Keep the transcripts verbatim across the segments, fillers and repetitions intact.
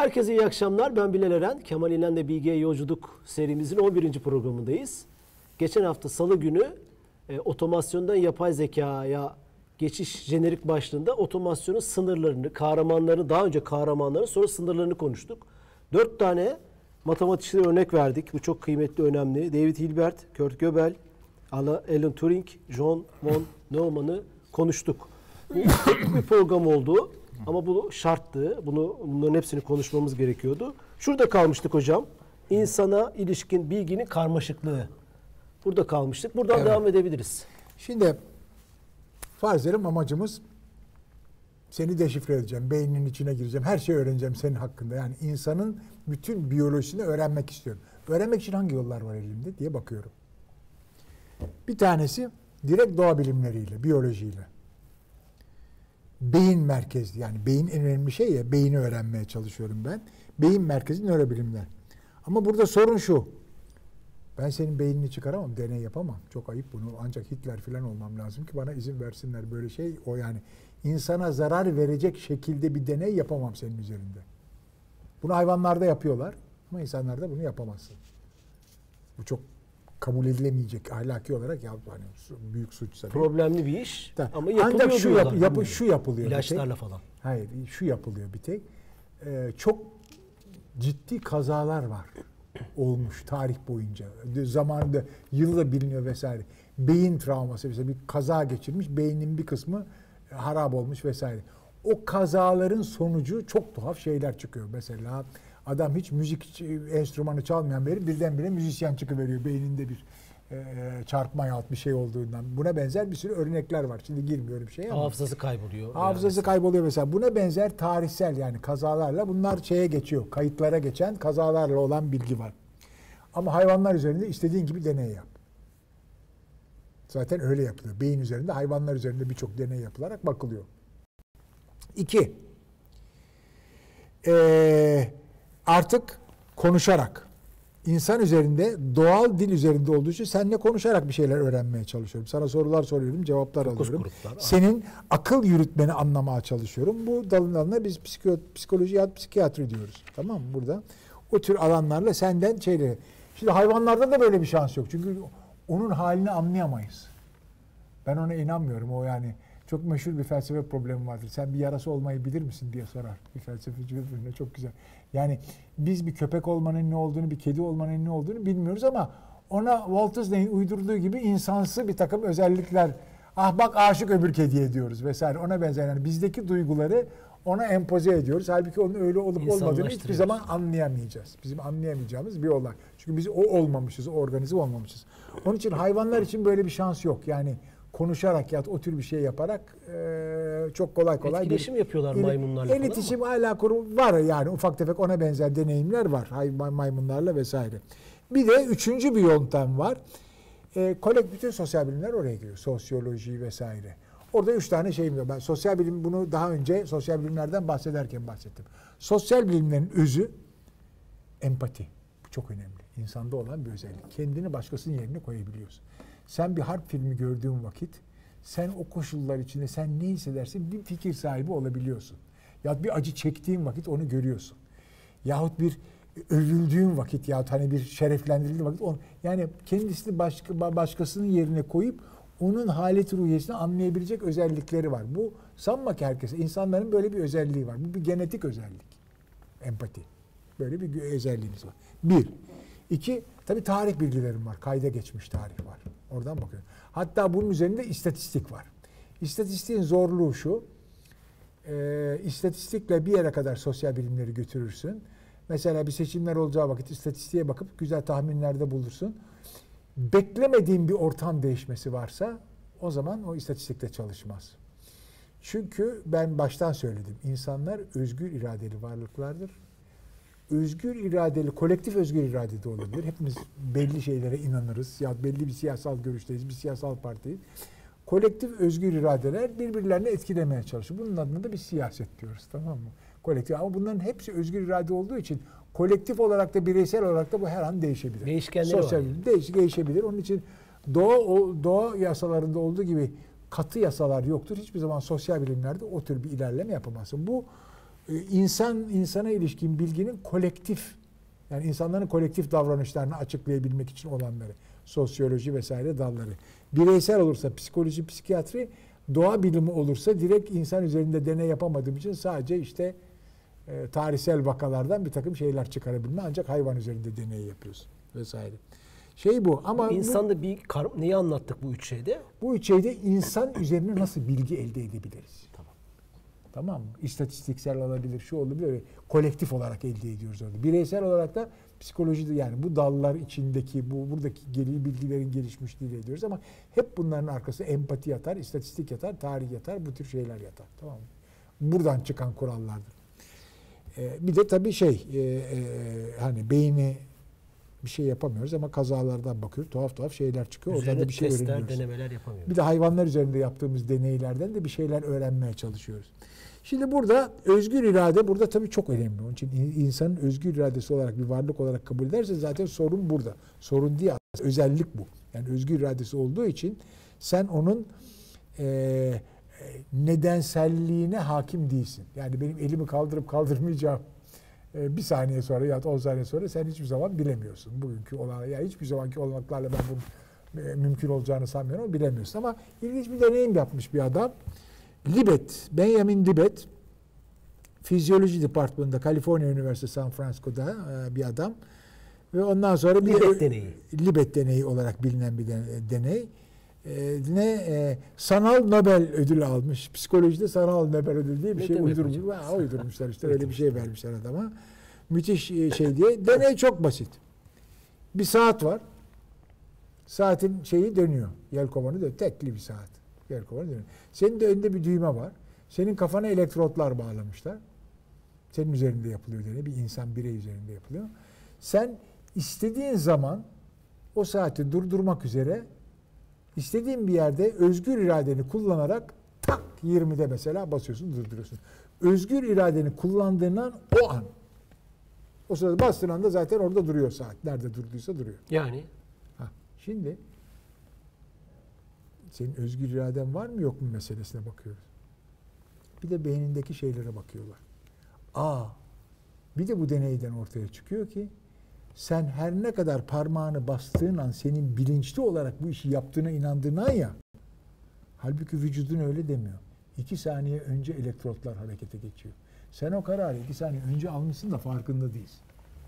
Herkese iyi akşamlar. Ben Bilal Eren. Kemal İlhan'la Bilgiye Yolculuk serimizin on birinci programındayız. Geçen hafta Salı günü e, otomasyondan yapay zekaya geçiş jenerik başlığında otomasyonun sınırlarını, kahramanlarını, daha önce kahramanların sonra sınırlarını konuştuk. Dört tane matematikçilere örnek verdik. Bu çok kıymetli, önemli. David Hilbert, Kurt Göbel, Alan Turing, John von Neumann'ı konuştuk. Bu teknik bir program oldu. Ama bu şarttı. Bunu, bunların hepsini konuşmamız gerekiyordu. Şurada kalmıştık hocam. İnsana ilişkin bilginin karmaşıklığı. Burada kalmıştık. Buradan evet. devam edebiliriz. Şimdi farz edelim amacımız seni deşifre edeceğim. Beyninin içine gireceğim. Her şeyi öğreneceğim senin hakkında. Yani insanın bütün biyolojisini öğrenmek istiyorum. Öğrenmek için hangi yollar var elimde diye bakıyorum. Bir tanesi direkt doğa bilimleriyle, biyolojiyle. Beyin merkezli, yani beyin en önemli şey ya, beyni öğrenmeye çalışıyorum ben. Beyin merkezi nörobilimler. Ama burada sorun şu. Ben senin beynini çıkaramam, deney yapamam. Çok ayıp bunu. Ancak Hitler falan olmam lazım ki bana izin versinler böyle şey. O yani insana zarar verecek şekilde bir deney yapamam senin üzerinde. Bunu hayvanlarda yapıyorlar ama insanlarda bunu yapamazsın. Bu çok kabul edilemeyecek ahlaki olarak ya hani büyük suçsa. Problemli bir iş da, ama yapılıyor. Ancak şu yap, yapı şu yapılıyor. İlaçlarla falan. Hayır, şu yapılıyor bir tek. Ee, çok ciddi kazalar var olmuş tarih boyunca. Zamanında yılı da biliniyor vesaire. Beyin travması mesela bir kaza geçirmiş, beynin bir kısmı harap olmuş vesaire. O kazaların sonucu çok tuhaf şeyler çıkıyor. Mesela adam hiç müzik enstrümanı çalmayan biri birdenbire müzisyen çıkıveriyor beyninde bir e, çarpma yahut bir şey olduğundan. Buna benzer bir sürü örnekler var. Şimdi girmiyorum şeye ama. Hafızası kayboluyor. Hafızası yani. kayboluyor mesela. Buna benzer tarihsel yani kazalarla bunlar şeye geçiyor. Kayıtlara geçen kazalarla olan bilgi var. Ama hayvanlar üzerinde istediğin gibi deney yap. Zaten öyle yapılıyor. Beyin üzerinde, hayvanlar üzerinde birçok deney yapılarak bakılıyor. İki. Eee Artık konuşarak, insan üzerinde, doğal dil üzerinde olduğu için seninle konuşarak bir şeyler öğrenmeye çalışıyorum. Sana sorular soruyorum, cevaplar Dokuz alıyorum. Gruplar, Senin akıl yürütmeni anlamaya çalışıyorum. Bu dalın dalına biz psikoloji ya psikiyatri diyoruz. Tamam mı? Burada o tür alanlarla senden şeyleri. Şimdi hayvanlarda da böyle bir şans yok. Çünkü onun halini anlayamayız. Ben ona inanmıyorum. O yani çok meşhur bir felsefe problemi vardır. Sen bir yarası olmayı bilir misin diye sorar. Bir felsefeci birbirine çok güzel. Yani biz bir köpek olmanın ne olduğunu, bir kedi olmanın ne olduğunu bilmiyoruz ama ona Walt Disney'in uydurduğu gibi insansı bir takım özellikler. Ah bak aşık öbür kediye diyoruz vesaire. Ona benzer yani bizdeki duyguları ona empoze ediyoruz. Halbuki onun öyle olup olmadığını hiçbir zaman anlayamayacağız. Bizim anlayamayacağımız bir olay. Çünkü biz o olmamışız, o organize olmamışız. Onun için hayvanlar için böyle bir şans yok. Yani konuşarak ya o tür bir şey yaparak e, çok kolay kolay etkileşim bir, yapıyorlar maymunlarla falan. İletişim hala kurum var yani ufak tefek ona benzer deneyimler var maymunlarla vesaire. Bir de üçüncü bir yöntem var. E, kolektif bütün sosyal bilimler oraya giriyor. Sosyoloji vesaire. Orada üç tane şeyim var. Ben sosyal bilim bunu daha önce sosyal bilimlerden bahsederken bahsettim. Sosyal bilimlerin özü empati. Bu çok önemli. İnsanda olan bir özellik. Kendini başkasının yerine koyabiliyorsun. Sen bir harp filmi gördüğün vakit sen o koşullar içinde sen ne hissedersin bir fikir sahibi olabiliyorsun. Ya bir acı çektiğin vakit onu görüyorsun. Yahut bir övüldüğün vakit yahut hani bir şereflendirildiğin vakit onu, yani kendisini başka, başkasının yerine koyup onun haleti ruhiyesini anlayabilecek özellikleri var. Bu sanma ki herkese. İnsanların böyle bir özelliği var. Bu bir genetik özellik. Empati. Böyle bir özelliğimiz var. Bir. İki, tabii tarih bilgilerim var. Kayda geçmiş tarih var. Oradan bakıyorum. Hatta bunun üzerinde istatistik var. İstatistiğin zorluğu şu. E, istatistikle bir yere kadar sosyal bilimleri götürürsün. Mesela bir seçimler olacağı vakit istatistiğe bakıp güzel tahminlerde bulursun. Beklemediğin bir ortam değişmesi varsa o zaman o istatistikle çalışmaz. Çünkü ben baştan söyledim. İnsanlar özgür iradeli varlıklardır. Özgür iradeli, kolektif özgür irade de olabilir. Hepimiz belli şeylere inanırız. Ya belli bir siyasal görüşteyiz, bir siyasal partiyiz. Kolektif özgür iradeler birbirlerini etkilemeye çalışıyor. Bunun adına da bir siyaset diyoruz, tamam mı? Kolektif. Ama bunların hepsi özgür irade olduğu için kolektif olarak da bireysel olarak da bu her an değişebilir. Değişkenleri Sosyal var. Yani. Değiş, değişebilir. Onun için doğa, o, doğa yasalarında olduğu gibi katı yasalar yoktur. Hiçbir zaman sosyal bilimlerde o tür bir ilerleme yapamazsın. Bu e, insan insana ilişkin bilginin kolektif, yani insanların kolektif davranışlarını açıklayabilmek için olanları, sosyoloji vesaire dalları. Bireysel olursa psikoloji, psikiyatri, doğa bilimi olursa direkt insan üzerinde deney yapamadığım için sadece işte e, tarihsel vakalardan bir takım şeyler çıkarabilme, ancak hayvan üzerinde deney yapıyoruz vesaire. Şey bu ama insanda bir kar- neyi anlattık bu üç şeyde? Bu üç şeyde insan üzerine nasıl bilgi elde edebiliriz? Tamam. Tamam mı? İstatistiksel olabilir, şu olabilir. Öyle kolektif olarak elde ediyoruz orada. Bireysel olarak da psikolojide, yani bu dallar içindeki, bu buradaki geri bilgilerin gelişmişliğiyle ediyoruz ama hep bunların arkasında empati yatar, istatistik yatar, tarih yatar, bu tür şeyler yatar. Tamam mı? Buradan çıkan kurallardır. Ee, bir de tabii şey, e, e, hani beyni bir şey yapamıyoruz ama kazalardan bakıyoruz. Tuhaf tuhaf şeyler çıkıyor. Üzerine Oradan da bir şey testler, öğreniyoruz. denemeler yapamıyoruz. Bir de hayvanlar üzerinde yaptığımız deneylerden de bir şeyler öğrenmeye çalışıyoruz. Şimdi burada özgür irade burada tabii çok önemli. Onun için insanın özgür iradesi olarak bir varlık olarak kabul ederse zaten sorun burada. Sorun değil, özellik bu. Yani özgür iradesi olduğu için sen onun e, nedenselliğine hakim değilsin. Yani benim elimi kaldırıp kaldırmayacağım bir saniye sonra ya da on saniye sonra sen hiçbir zaman bilemiyorsun. Bugünkü olan, ya hiçbir zamanki olanaklarla ben bunun mümkün olacağını sanmıyorum ama bilemiyorsun. Ama ilginç bir deneyim yapmış bir adam. Libet, Benjamin Libet, fizyoloji departmanında, Kaliforniya Üniversitesi San Francisco'da bir adam. Ve ondan sonra bir Libet deneyi. Libet deneyi olarak bilinen bir deney. Ee, ne e, sanal Nobel ödülü almış. Psikolojide sanal Nobel ödülü diye bir Ne şey demek uydurmuş. hocam? Ha, uydurmuşlar işte öyle bir şey vermişler adama. Müthiş şey diye. Deney çok basit. Bir saat var. Saatin şeyi dönüyor. Yelkovanı dönüyor. Tekli bir saat. Yelkovanı dönüyor. Senin de önünde bir düğme var. Senin kafana elektrotlar bağlamışlar. Senin üzerinde yapılıyor deney. Bir insan birey üzerinde yapılıyor. Sen istediğin zaman o saati durdurmak üzere İstediğin bir yerde özgür iradeni kullanarak tak yirmide mesela basıyorsun, durduruyorsun. Özgür iradeni kullandığın an o an. O sırada bastığın anda zaten orada duruyor saat. Nerede durduysa duruyor. Yani Ha, şimdi senin özgür iraden var mı yok mu meselesine bakıyoruz. Bir de beynindeki şeylere bakıyorlar. Aa, bir de bu deneyden ortaya çıkıyor ki sen her ne kadar parmağını bastığın an senin bilinçli olarak bu işi yaptığına inandığın an ya, halbuki vücudun öyle demiyor. İki saniye önce elektrotlar harekete geçiyor. Sen o kararı iki saniye önce almışsın da farkında değilsin.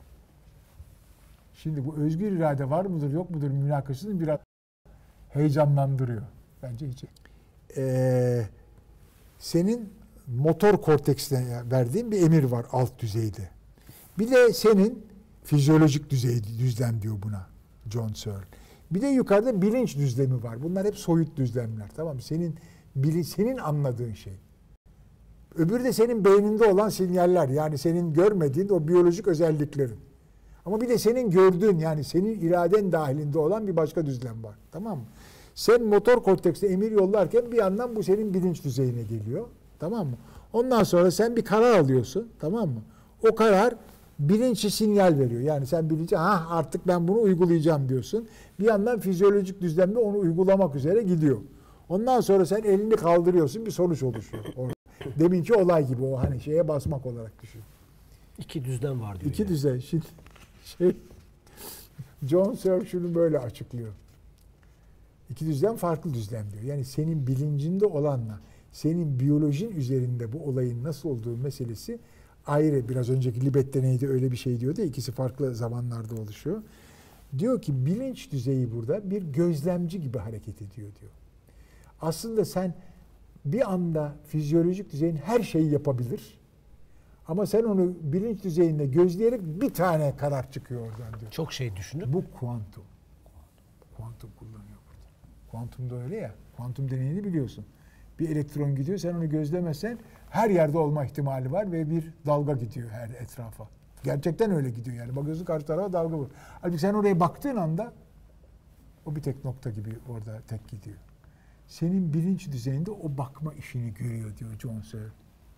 Şimdi bu özgür irade var mıdır yok mudur münakaşasını biraz heyecanlandırıyor. Bence hiç. Ee, senin motor korteksine verdiğin bir emir var alt düzeyde. Bir de senin fizyolojik düzey, düzlem diyor buna John Searle. Bir de yukarıda bilinç düzlemi var. Bunlar hep soyut düzlemler. Tamam mı? Senin bili, senin anladığın şey. Öbürü de senin beyninde olan sinyaller. Yani senin görmediğin o biyolojik özelliklerin. Ama bir de senin gördüğün, yani senin iraden dahilinde olan bir başka düzlem var. Tamam mı? Sen motor kortekste emir yollarken bir yandan bu senin bilinç düzeyine geliyor. Tamam mı? Ondan sonra sen bir karar alıyorsun. Tamam mı? O karar bilinçli sinyal veriyor. Yani sen bilinci ha artık ben bunu uygulayacağım diyorsun. Bir yandan fizyolojik düzlemde onu uygulamak üzere gidiyor. Ondan sonra sen elini kaldırıyorsun, bir sonuç oluşuyor. Deminki olay gibi, o hani şeye basmak olarak düşün. İki düzlem var diyor. İki yani. düzlem. Şimdi şey, John Searle şunu böyle açıklıyor. İki düzlem farklı düzlem diyor. Yani senin bilincinde olanla senin biyolojin üzerinde bu olayın nasıl olduğu meselesi ayrı. Biraz önceki Libet deneyde öyle bir şey diyordu. İkisi farklı zamanlarda oluşuyor. Diyor ki bilinç düzeyi burada bir gözlemci gibi hareket ediyor diyor. Aslında sen bir anda fizyolojik düzeyin her şeyi yapabilir. Ama sen onu bilinç düzeyinde gözleyerek bir tane karar çıkıyor oradan diyor. Çok şey düşünüp. Bu kuantum. Kuantum kullanıyor burada. Kuantum da öyle ya. Kuantum deneyini biliyorsun. Bir elektron gidiyor, sen onu gözlemezsen her yerde olma ihtimali var ve bir dalga gidiyor her etrafa. Gerçekten öyle gidiyor yani. Bakıyorsun karşı tarafa dalga var. Halbuki sen oraya baktığın anda o bir tek nokta gibi orada tek gidiyor. Senin bilinç düzeyinde o bakma işini görüyor diyor John Searle.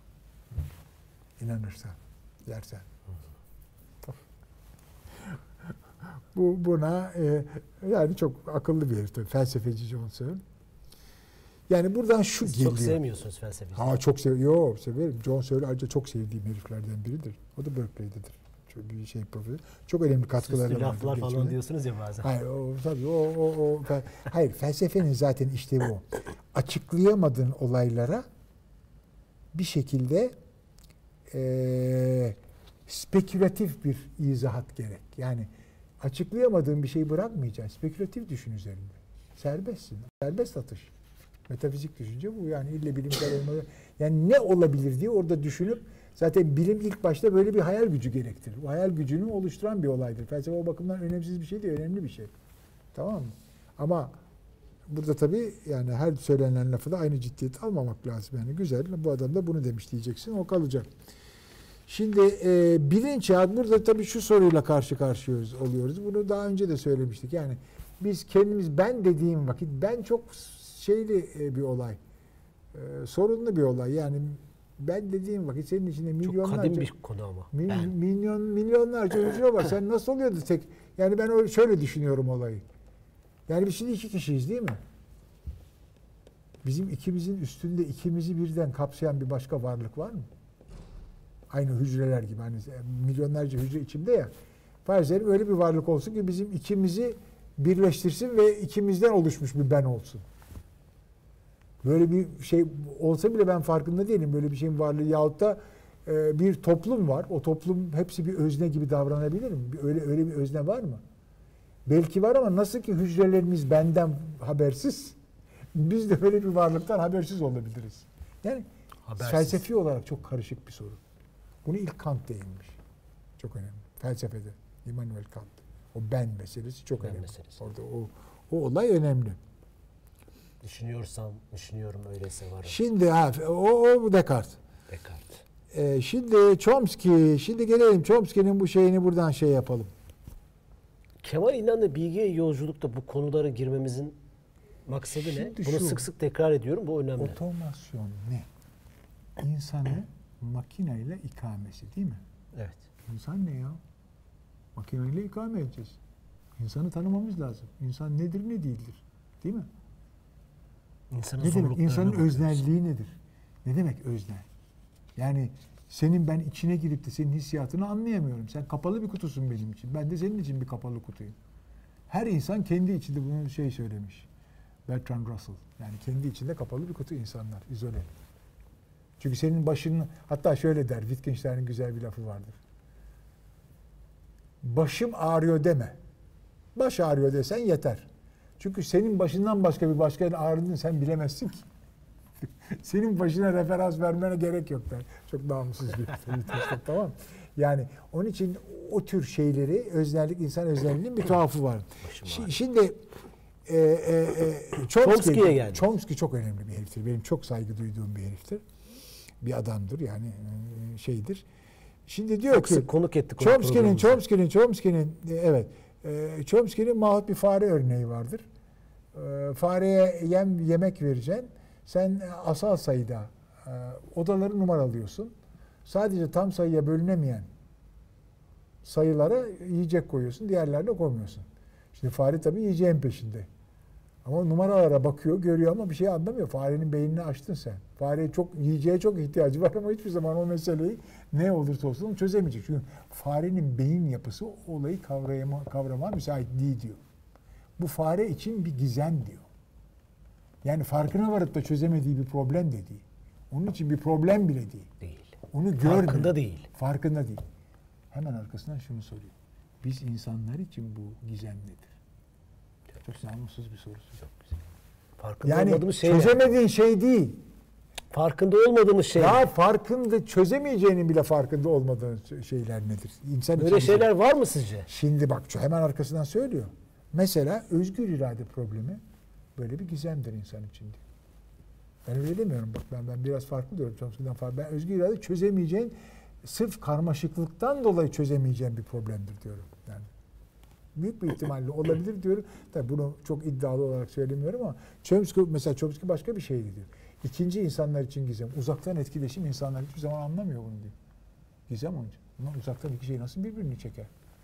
İnanırsan, yersen. Bu buna e, yani çok akıllı bir herif tabii. Felsefeci John Searle. Yani buradan şu Siz geliyor. çok sevmiyorsunuz felsefeyi. Ha çok seviyorum. Severim. John Searle ayrıca çok sevdiğim heriflerden biridir. O da Berkeley'dedir. Çok bir şey profesör. Çok önemli katkıları Süslü vardır. laflar falan geçmeden. diyorsunuz ya bazen. Hayır o tabii o o o fe- hayır felsefenin zaten işte bu. Açıklayamadığın olaylara bir şekilde eee spekülatif bir izahat gerek. Yani açıklayamadığın bir şeyi bırakmayacaksın. Spekülatif düşün üzerinde. Serbestsin. Serbest atış. Metafizik düşünce bu. Yani ille bilimsel olmalı. Yani ne olabilir diye orada düşünüp zaten bilim ilk başta böyle bir hayal gücü gerektirir. O hayal gücünü oluşturan bir olaydır. Felsefe o bakımdan önemsiz bir şey değil, önemli bir şey. Tamam mı? Ama burada tabii yani her söylenen lafı da aynı ciddiyeti almamak lazım. Yani güzel, bu adam da bunu demiş diyeceksin, o kalacak. Şimdi e, bilinç ya burada tabii şu soruyla karşı karşıya oluyoruz. Bunu daha önce de söylemiştik. Yani biz kendimiz ben dediğim vakit ben çok şeyli e, bir olay. E, sorunlu bir olay. Yani ben dediğim vakit senin içinde Çok milyonlarca kadim bir konu ama. mil- Ben. milyon milyonlarca hücre var. Sen nasıl oluyordu tek? Yani ben öyle- şöyle düşünüyorum olayı. Yani biz şimdi iki kişiyiz değil mi? Bizim ikimizin üstünde ikimizi birden kapsayan bir başka varlık var mı? Aynı hücreler gibi hani milyonlarca hücre içimde ya. Farz edelim öyle bir varlık olsun ki bizim ikimizi birleştirsin ve ikimizden oluşmuş bir ben olsun. Böyle bir şey olsa bile ben farkında değilim. Böyle bir şeyin varlığı yahut da e, bir toplum var. O toplum hepsi bir özne gibi davranabilir mi? Bir- Öyle öyle bir özne var mı? Belki var ama nasıl ki hücrelerimiz benden habersiz, biz de böyle bir varlıktan habersiz olabiliriz. Yani Habersiz. felsefi olarak çok karışık bir soru. Bunu ilk Kant değinmiş. Çok önemli. Felsefede. Immanuel Kant. O ben meselesi çok Ben önemli. meselesi. Orada o, o olay önemli. Düşünüyorsam, düşünüyorum öyleyse varım. Şimdi ha, o, o bu Descartes. Descartes. Ee, şimdi Chomsky, şimdi gelelim Chomsky'nin bu şeyini buradan şey yapalım. Kemal İnan'la bilgiye yolculukta bu konulara girmemizin maksadı ne? Şimdi Bunu şu, sık sık tekrar ediyorum. Bu önemli. Otomasyon ne? İnsanı makineyle ikamesi değil mi? Evet. İnsan ne ya? Makineyle ikame edeceğiz. İnsanı tanımamız lazım. İnsan nedir ne değildir. Değil mi? İnsanın Ne demek? zorluklarına İnsanın bakıyoruz. öznelliği nedir? Ne demek öznel? Yani senin ben içine girip de senin hissiyatını anlayamıyorum. Sen kapalı bir kutusun benim için. Ben de senin için bir kapalı kutuyum. Her insan kendi içinde bunu şey söylemiş. Bertrand Russell. Yani kendi içinde kapalı bir kutu insanlar. İzole. Çünkü senin başın, hatta şöyle der, Wittgenstein'in güzel bir lafı vardır. Başım ağrıyor deme. Baş ağrıyor desen yeter. Çünkü senin başından başka bir başka yerin ağrıdığını sen bilemezsin ki. Senin başına referans vermene gerek yok der. Çok namussuz bir Wittgenstein, tamam mı? Yani onun için o tür şeyleri, öznellik, insan öznelliğinin bir tuhafı var. Şi- Şimdi e, e, e, Chomsky'ye Chomsky, geldik. Chomsky çok önemli bir heriftir. Benim çok saygı duyduğum bir heriftir. Bir adamdır yani e, şeydir. Şimdi diyor Çok ki sık konuk ettik. onu Chomsky'nin, programımızda. Chomsky'nin, Chomsky'nin e, evet. E, Chomsky'nin mahut bir fare örneği vardır. E, fareye yem yemek vereceksin. Sen asal sayıda e, odaları numaralıyorsun. Sadece tam sayıya bölünemeyen sayılara yiyecek koyuyorsun. Diğerlerine koymuyorsun. Şimdi fare tabii yiyeceğin peşinde. Ama numaralara bakıyor, görüyor ama bir şey anlamıyor. Farenin beynini açtın sen. Fare çok yiyeceğe çok ihtiyacı var ama hiçbir zaman o meseleyi ne olursa olsun çözemeyecek. Çünkü farenin beyin yapısı o olayı kavrayama, kavrama müsait değil diyor. Bu fare için bir gizem diyor. Yani farkına varıp da çözemediği bir problem de değil. Onun için bir problem bile değil. Değil. Onu görmüyor. Farkında değil. Farkında değil. Hemen arkasından şunu soruyor. Biz insanlar için bu gizem nedir? Çok namussuz bir sorusu. Çok güzel. Farkında Yani olmadığımız şey. çözemediğin şey değil. Farkında olmadığımız şey. Daha farkında çözemeyeceğinin bile farkında olmadığın şeyler nedir? İnsan Böyle için- şeyler var mı sizce? Şimdi bak şu hemen arkasından söylüyor. Mesela özgür irade problemi böyle bir gizemdir insan için diyor. Ben öyle demiyorum bak ben ben biraz farklı diyorum Chomsky'den farklı. Ben özgür irade çözemeyeceğin sırf karmaşıklıktan dolayı çözemeyeceğin bir problemdir diyorum. Yani büyük bir ihtimalle olabilir diyorum. Tabii bunu çok iddialı olarak söylemiyorum ama Chomsky mesela Chomsky başka bir şey diyor. İkinci insanlar için gizem. Uzaktan etkileşim insanlar hiçbir zaman anlamıyor bunu diyor. Gizem onun için. Bunlar uzaktan iki şey nasıl birbirini çeker?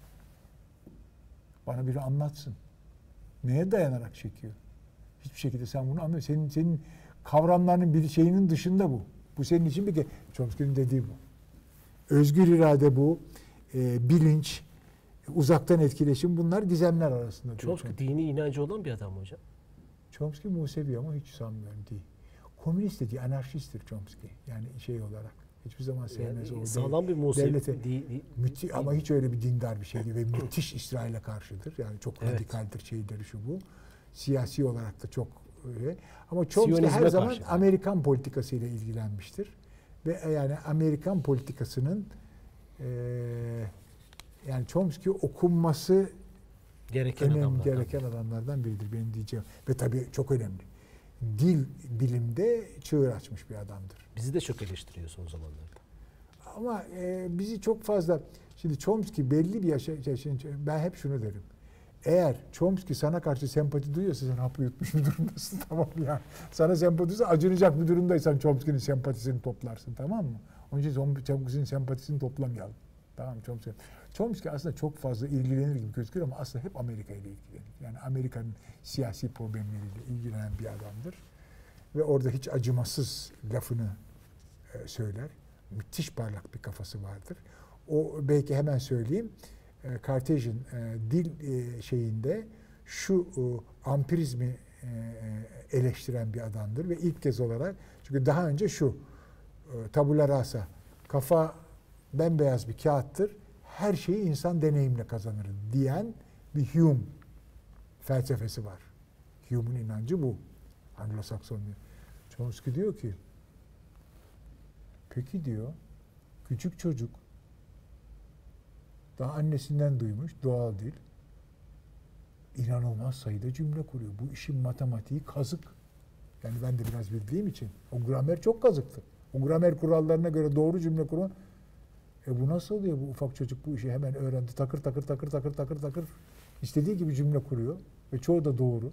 Bana biri anlatsın. Neye dayanarak çekiyor? Hiçbir şekilde sen bunu anlamıyorsun. Senin, senin kavramlarının bir şeyinin dışında bu. Bu senin için bir de Chomsky'nin dediği bu. Özgür irade bu, e, bilinç, uzaktan etkileşim, bunlar gizemler arasında. Chomsky dini inancı olan bir adam hocam. Chomsky Musevi ama hiç sanmıyorum değil. Komünist de değil, anarşisttir Chomsky. Yani şey olarak. Hiçbir zaman sevmez Yani o. sağlam bir Musevi. Devlete, Di, di, müthiş, ama hiç öyle bir dindar bir şey değil. Ve müthiş İsrail'e karşıdır. Yani çok Evet. radikaldir, şeydir şu bu. Siyasi olarak da çok öyle. Ama Chomsky Siyonizme her zaman karşı. Amerikan politikasıyla ilgilenmiştir. Ve yani Amerikan politikasının eee yani Chomsky okunması gereken önemli, adamlardan. gereken adamlardan biridir benim diyeceğim. Ve tabii çok önemli. Dil bilimde çığır açmış bir adamdır. Bizi de çok eleştiriyor son zamanlarda. Ama e, bizi çok fazla... Şimdi Chomsky belli bir yaşa... Ben hep şunu derim. Eğer Chomsky sana karşı sempati duyuyorsa sen hapı yutmuş bir durumdasın, tamam mı ya? Sana sempati duyuyorsa acınacak bir durumdaysan Chomsky'nin sempatisini toplarsın, tamam mı? Onun için Chomsky'nin sempatisini toplamayalım. Tamam mı? Chomsky. Chomsky aslında çok fazla ilgilenir gibi gözüküyor ama aslında hep Amerika ile ilgilenir. Yani Amerika'nın siyasi problemleriyle ilgilenen bir adamdır. Ve orada hiç acımasız lafını e, söyler. Müthiş parlak bir kafası vardır. O belki hemen söyleyeyim. E, Cartesian e, dil e, şeyinde şu e, ampirizmi e, eleştiren bir adamdır ve ilk kez olarak, çünkü daha önce şu e, tabula rasa, kafa bembeyaz bir kağıttır. Her şeyi insan deneyimle kazanır diyen bir Hume felsefesi var. Hume'un inancı bu. Anglo-Sakson diyor. Chomsky diyor ki, peki diyor, küçük çocuk daha annesinden duymuş, doğal dil, inanılmaz sayıda cümle kuruyor. Bu işin matematiği kazık. Yani ben de biraz bildiğim için. O gramer çok kazıktı. O gramer kurallarına göre doğru cümle kuran. E bu nasıl oluyor? Bu ufak çocuk bu işi hemen öğrendi. Takır takır takır takır takır takır. İstediği gibi cümle kuruyor. Ve çoğu da doğru.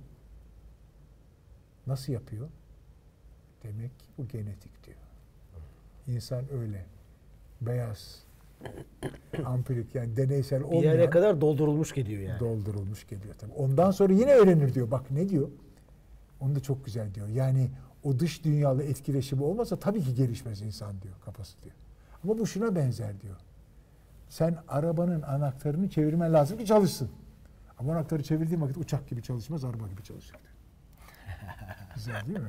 Nasıl yapıyor? Demek ki bu genetik diyor. İnsan öyle. Beyaz, ampirik, yani deneysel Bir olmayan, yere kadar doldurulmuş geliyor yani. doldurulmuş geliyor tabii. Ondan sonra yine öğrenir diyor. Bak ne diyor? Onu da çok güzel diyor. Yani o dış dünyalı etkileşimi olmasa tabii ki gelişmez insan diyor, kafası diyor. Ama bu şuna benzer diyor. Sen arabanın anahtarını çevirmen lazım ki çalışsın. Ama anahtarı çevirdiğin vakit uçak gibi çalışmaz, araba gibi çalışır diyor. Güzel değil mi?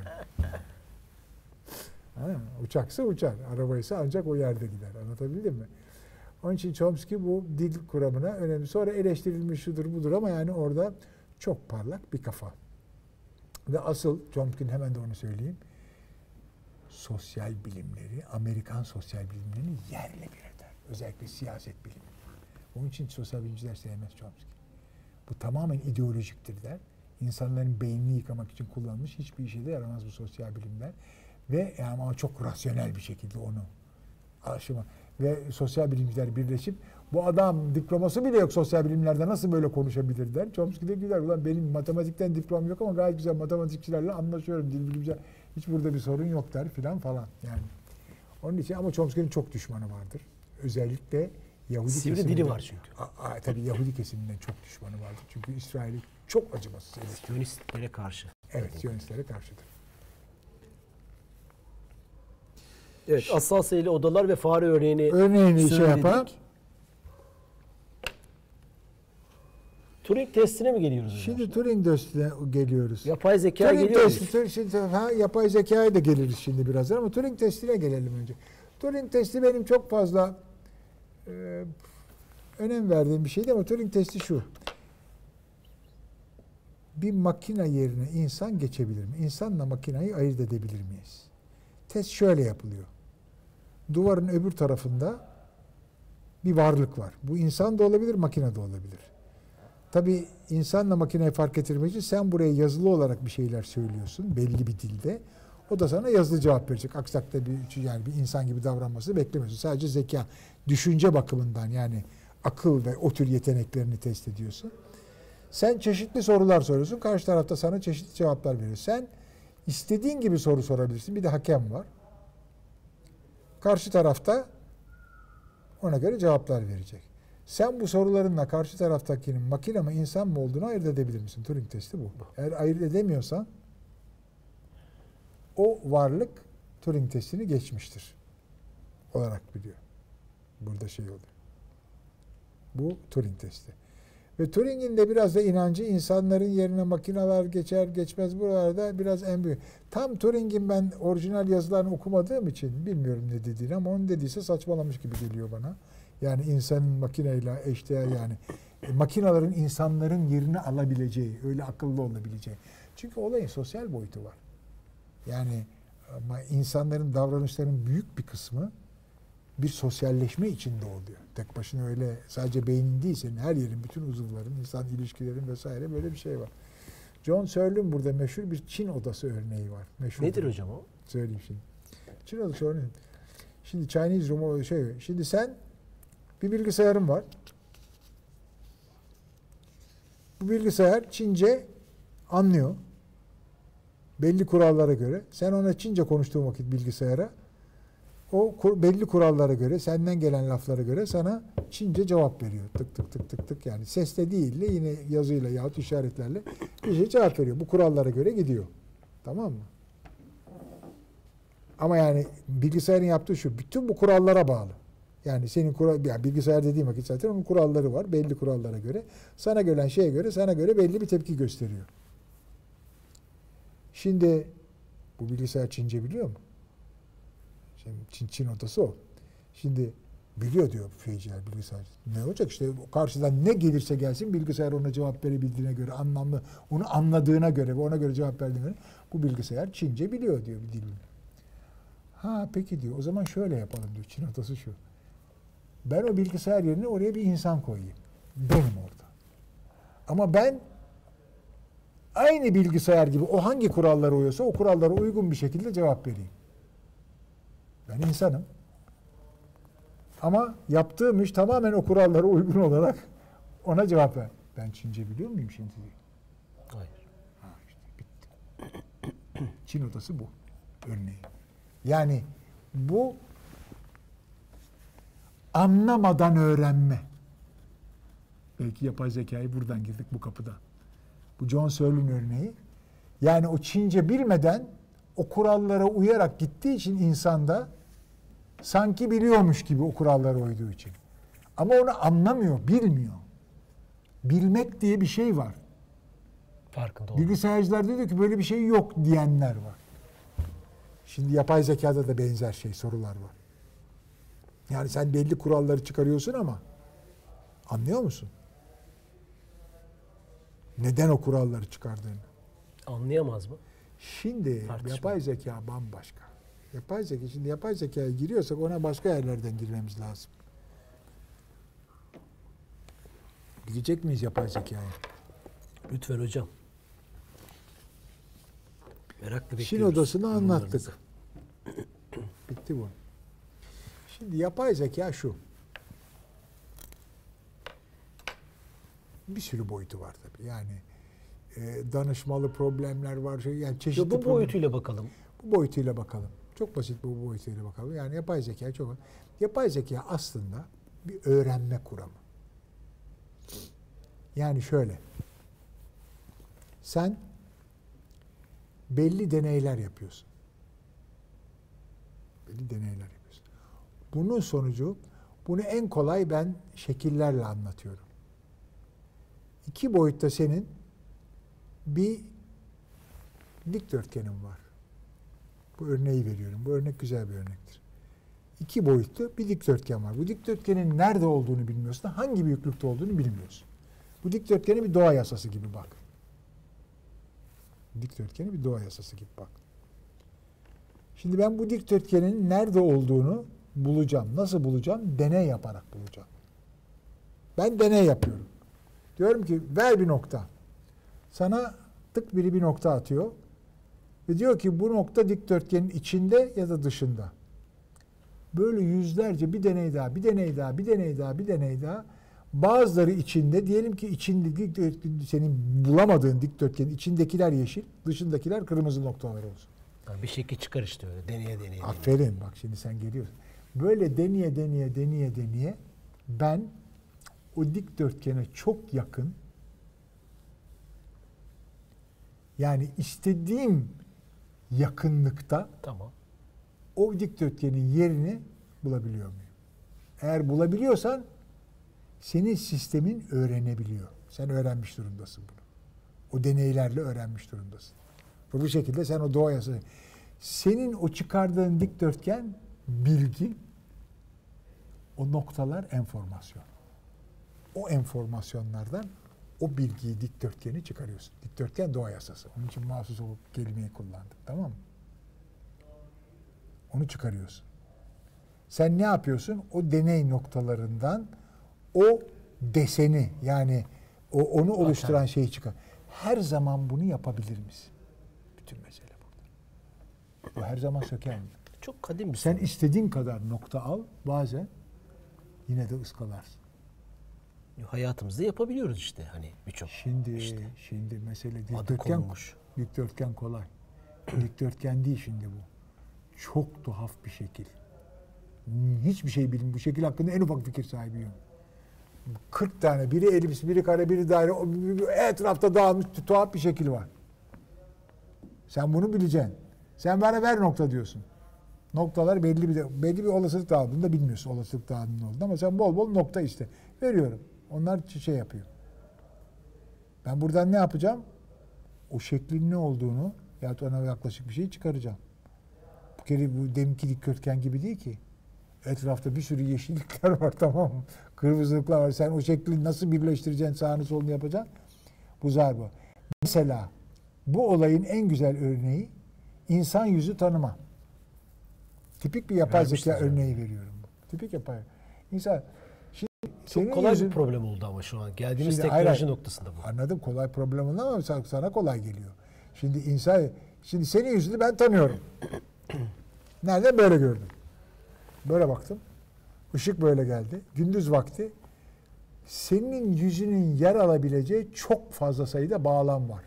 Ha, uçaksa uçar, arabaysa ancak o yerde gider. Anlatabildim mi? Onun için Chomsky bu dil kuramına önemli. Sonra eleştirilmiş şudur budur ama yani orada çok parlak bir kafa. Ve asıl Chomsky'nin, hemen de onu söyleyeyim, sosyal bilimleri, Amerikan sosyal bilimlerini yerle bir eder. Özellikle siyaset bilimi. Onun için sosyal bilimciler sevmez Chomsky. Bu tamamen ideolojiktir der. İnsanların beynini yıkamak için kullanılmış, hiçbir işe de yaramaz bu sosyal bilimler. Ve yani ama çok rasyonel bir şekilde onu aşıma. Ve sosyal bilimciler birleşip, bu adam diploması bile yok sosyal bilimlerde, nasıl böyle konuşabilir der. Chomsky de güler, ulan benim matematikten diplom yok ama gayet güzel matematikçilerle anlaşıyorum, dil bilimciler, hiç burada bir sorun yok der filan falan yani. Onun için ama Chomsky'nin çok düşmanı vardır. Özellikle Yahudi Sivri kesiminden. dili var çünkü. A, a, tabii Yahudi kesiminden çok düşmanı vardır. Çünkü İsrail'i çok acımasız eleştirir. Siyonistlere karşı. Evet, Siyonistlere karşıdır. Evet, asal sayılı odalar ve fare örneğini Örneğini şey söyledik. yapan. Turing testine mi geliyoruz hocam? Şimdi Turing testine geliyoruz. Yapay zeka Turing geliyor testi, muyuz? Turing- şimdi, ha, yapay zekaya da geliriz şimdi birazdan ama Turing testine gelelim önce. Turing testi benim çok fazla e, önem verdiğim bir şeydi ama Turing testi şu. Bir makine yerine insan geçebilir mi? İnsanla makineyi ayırt edebilir miyiz? Test şöyle yapılıyor. Duvarın öbür tarafında bir varlık var. Bu insan da olabilir, makine de olabilir. Tabii insanla makineyi fark ettirmek için sen buraya yazılı olarak bir şeyler söylüyorsun belli bir dilde. O da sana yazılı cevap verecek. Aksi takdirde bir, yani bir insan gibi davranmasını beklemiyorsun. Sadece zeka, düşünce bakımından, yani akıl ve o tür yeteneklerini test ediyorsun. Sen çeşitli sorular soruyorsun. Karşı tarafta sana çeşitli cevaplar veriyor. Sen istediğin gibi soru sorabilirsin. Bir de hakem var. Karşı tarafta ona göre cevaplar verecek. Sen bu sorularınla karşı taraftakinin makine mi insan mı olduğunu ayırt edebilir misin? Turing testi bu. Eğer ayırt edemiyorsan o varlık Turing testini geçmiştir olarak biliyor. Burada şey oluyor. Bu Turing testi. Ve Turing'in de biraz da inancı insanların yerine makineler geçer geçmez buralarda biraz en büyük. Tam Turing'in ben orijinal yazılarını okumadığım için bilmiyorum ne dediğini ama onu dediyse saçmalamış gibi geliyor bana. Yani insanın makineyle eşdeğer yani e, makinaların insanların yerini alabileceği, öyle akıllı olabileceği. Çünkü olayın sosyal boyutu var. Yani ama insanların davranışlarının büyük bir kısmı bir sosyalleşme içinde oluyor. Tek başına öyle sadece beynin değil, senin her yerin, bütün uzuvların, insan ilişkilerin vesaire böyle bir şey var. John Searle'ün burada meşhur bir Çin odası örneği var. Meşhur Nedir bir- hocam o? Söyleyeyim şimdi. Çin odası örneği. Şimdi Chinese room o şey. Şimdi sen bir bilgisayarın var. Bu bilgisayar Çince anlıyor. Belli kurallara göre. Sen ona Çince konuştuğun vakit bilgisayara o kur, belli kurallara göre, senden gelen laflara göre sana Çince cevap veriyor. Tık tık tık tık tık yani sesle değil de yine yazıyla yahut işaretlerle bir şey cevap veriyor. Bu kurallara göre gidiyor. Tamam mı? Ama yani bilgisayarın yaptığı şu, bütün bu kurallara bağlı. Yani senin kural, yani bilgisayar dediğim vakit zaten onun kuralları var. Belli kurallara göre. Sana gelen şeye göre, sana göre belli bir tepki gösteriyor. Şimdi bu bilgisayar Çince biliyor mu? Şimdi Çin, Çin odası o. Şimdi biliyor diyor Feyciler bilgisayar. Ne olacak işte karşıdan ne gelirse gelsin bilgisayar ona cevap verebildiğine göre anlamlı, onu anladığına göre ve ona göre cevap verdiğine göre bu bilgisayar Çince biliyor diyor bir dilini. Ha peki diyor o zaman şöyle yapalım diyor. Çin odası şu. Ben o bilgisayar yerine oraya bir insan koyayım. Benim orada. Ama ben aynı bilgisayar gibi o hangi kurallara uyuyorsa o kurallara uygun bir şekilde cevap vereyim. Ben insanım. Ama yaptığım iş tamamen o kurallara uygun olarak ona cevap ver. Ben Çince biliyor muyum şimdi? Hayır. Ha işte bitti. Çin odası bu örneği. Yani bu anlamadan öğrenme. Belki yapay zekayı buradan girdik bu kapıda. Bu John Searle'ün örneği. Yani o Çince bilmeden o kurallara uyarak gittiği için insanda sanki biliyormuş gibi o kurallara uyduğu için. Ama onu anlamıyor, bilmiyor. Bilmek diye bir şey var. Farkında olmak. Bilgisayarcılar diyor ki böyle bir şey yok diyenler var. Şimdi yapay zekada da benzer şey, sorular var. Yani sen belli kuralları çıkarıyorsun ama anlıyor musun? Neden o kuralları çıkardığını? Anlayamaz mı? Şimdi Tartışma. yapay zeka bambaşka. Yapay zeka, şimdi yapay zekaya giriyorsak ona başka yerlerden girmemiz lazım. Gidecek miyiz yapay zekaya? Lütfen hocam. Merakla bekliyoruz. Çin odasını yorumlarınızı. anlattık. Bitti bu. Şimdi yapay zeka şu. Bir sürü boyutu var tabii. Yani e, danışmalı problemler var. Şey, yani çeşitli Yo, bu problem- boyutuyla bakalım. Bu boyutuyla bakalım. Çok basit bu boyutuyla bakalım. Yani yapay zeka çok... Yapay zeka aslında bir öğrenme kuramı. Yani şöyle. Sen belli deneyler yapıyorsun. Belli deneyler yapıyorsun. Bunun sonucu, bunu en kolay ben şekillerle anlatıyorum. İki boyutta senin bir dikdörtgenin var. Bu örneği veriyorum. Bu örnek güzel bir örnektir. İki boyutlu bir dikdörtgen var. Bu dikdörtgenin nerede olduğunu bilmiyorsun. Hangi büyüklükte olduğunu bilmiyorsun. Bu dikdörtgeni bir doğa yasası gibi bak. Dikdörtgeni bir doğa yasası gibi bak. Şimdi ben bu dikdörtgenin nerede olduğunu bulacağım. Nasıl bulacağım? Deney yaparak bulacağım. Ben deney yapıyorum. Diyorum ki ver bir nokta. Sana tık biri bir nokta atıyor. Ve diyor ki bu nokta dikdörtgenin içinde ya da dışında. Böyle yüzlerce bir deney daha, bir deney daha, bir deney daha, bir deney daha. Bazıları içinde, diyelim ki içinde dikdörtgen, senin bulamadığın dikdörtgenin içindekiler yeşil, dışındakiler kırmızı noktalar olsun. Yani bir şekil çıkar işte öyle. Deneye deneye. deneye. Aferin bak şimdi sen geliyorsun. Böyle deneye deneye deneye deneye ben o dikdörtgene çok yakın, yani istediğim yakınlıkta Tamam. o dikdörtgenin yerini bulabiliyor muyum? Eğer bulabiliyorsan senin sistemin öğrenebiliyor. Sen öğrenmiş durumdasın bunu. O deneylerle öğrenmiş durumdasın. Ve bu şekilde sen o doğa yasası. Senin o çıkardığın dikdörtgen bilgi, o noktalar enformasyon. O enformasyonlardan o bilgiyi, dikdörtgeni çıkarıyorsun. Dikdörtgen doğa yasası. Onun için mahsus o kelimeyi kullandık. Tamam mı? Onu çıkarıyorsun. Sen ne yapıyorsun? O deney noktalarından o deseni, yani o onu oluşturan şeyi çıkar. Her zaman bunu yapabilir misin? Bütün mesele burada. Bu her zaman söker mi? Çok kadim bir Sen soru. istediğin kadar nokta al, bazen yine de ıskalarsın. Hayatımızda yapabiliyoruz işte hani birçok. Şimdi işte. şimdi mesele Adı dikdörtgen, konulmuş. dikdörtgen kolay. Dikdörtgen değil şimdi bu. Çok tuhaf bir şekil. Hiçbir şey bilmiyorum. Bu şekil hakkında en ufak fikir sahibi yok. kırk tane, biri elipsi, biri kare, biri daire, etrafta dağılmış tuhaf bir şekil var. Sen bunu bileceksin. Sen bana ver nokta diyorsun. Noktalar belli bir belli bir olasılık dağılımını da bilmiyorsun, olasılık dağılımının olduğunu, ama sen bol bol nokta iste. Veriyorum. Onlar şey yapıyor. Ben buradan ne yapacağım? O şeklin ne olduğunu ya da ona yaklaşık bir şey çıkaracağım. Bu kere bu deminki dikdörtgen gibi değil ki. Etrafta bir sürü yeşillikler var, tamam mı? Kırmızılıklar var. Sen o şekli nasıl birleştireceksin, sağını solunu yapacaksın? Bu zar bu. Mesela bu olayın en güzel örneği insan yüzü tanıma. Tipik bir yapay zeka Vermiştiniz örneği veriyorum. Tipik yapay. İnsan şimdi senin Çok kolay yüzün, bir problem oldu ama şu an. Geldiğimiz Şimdi teknoloji hayır, noktasında bu. anladım, kolay problem oldu ama sana, sana kolay geliyor. Şimdi insan, şimdi senin yüzünü ben tanıyorum. Nereden? Böyle gördüm. Böyle baktım. Işık böyle geldi. Gündüz vakti. Senin yüzünün yer alabileceği çok fazla sayıda bağlam var.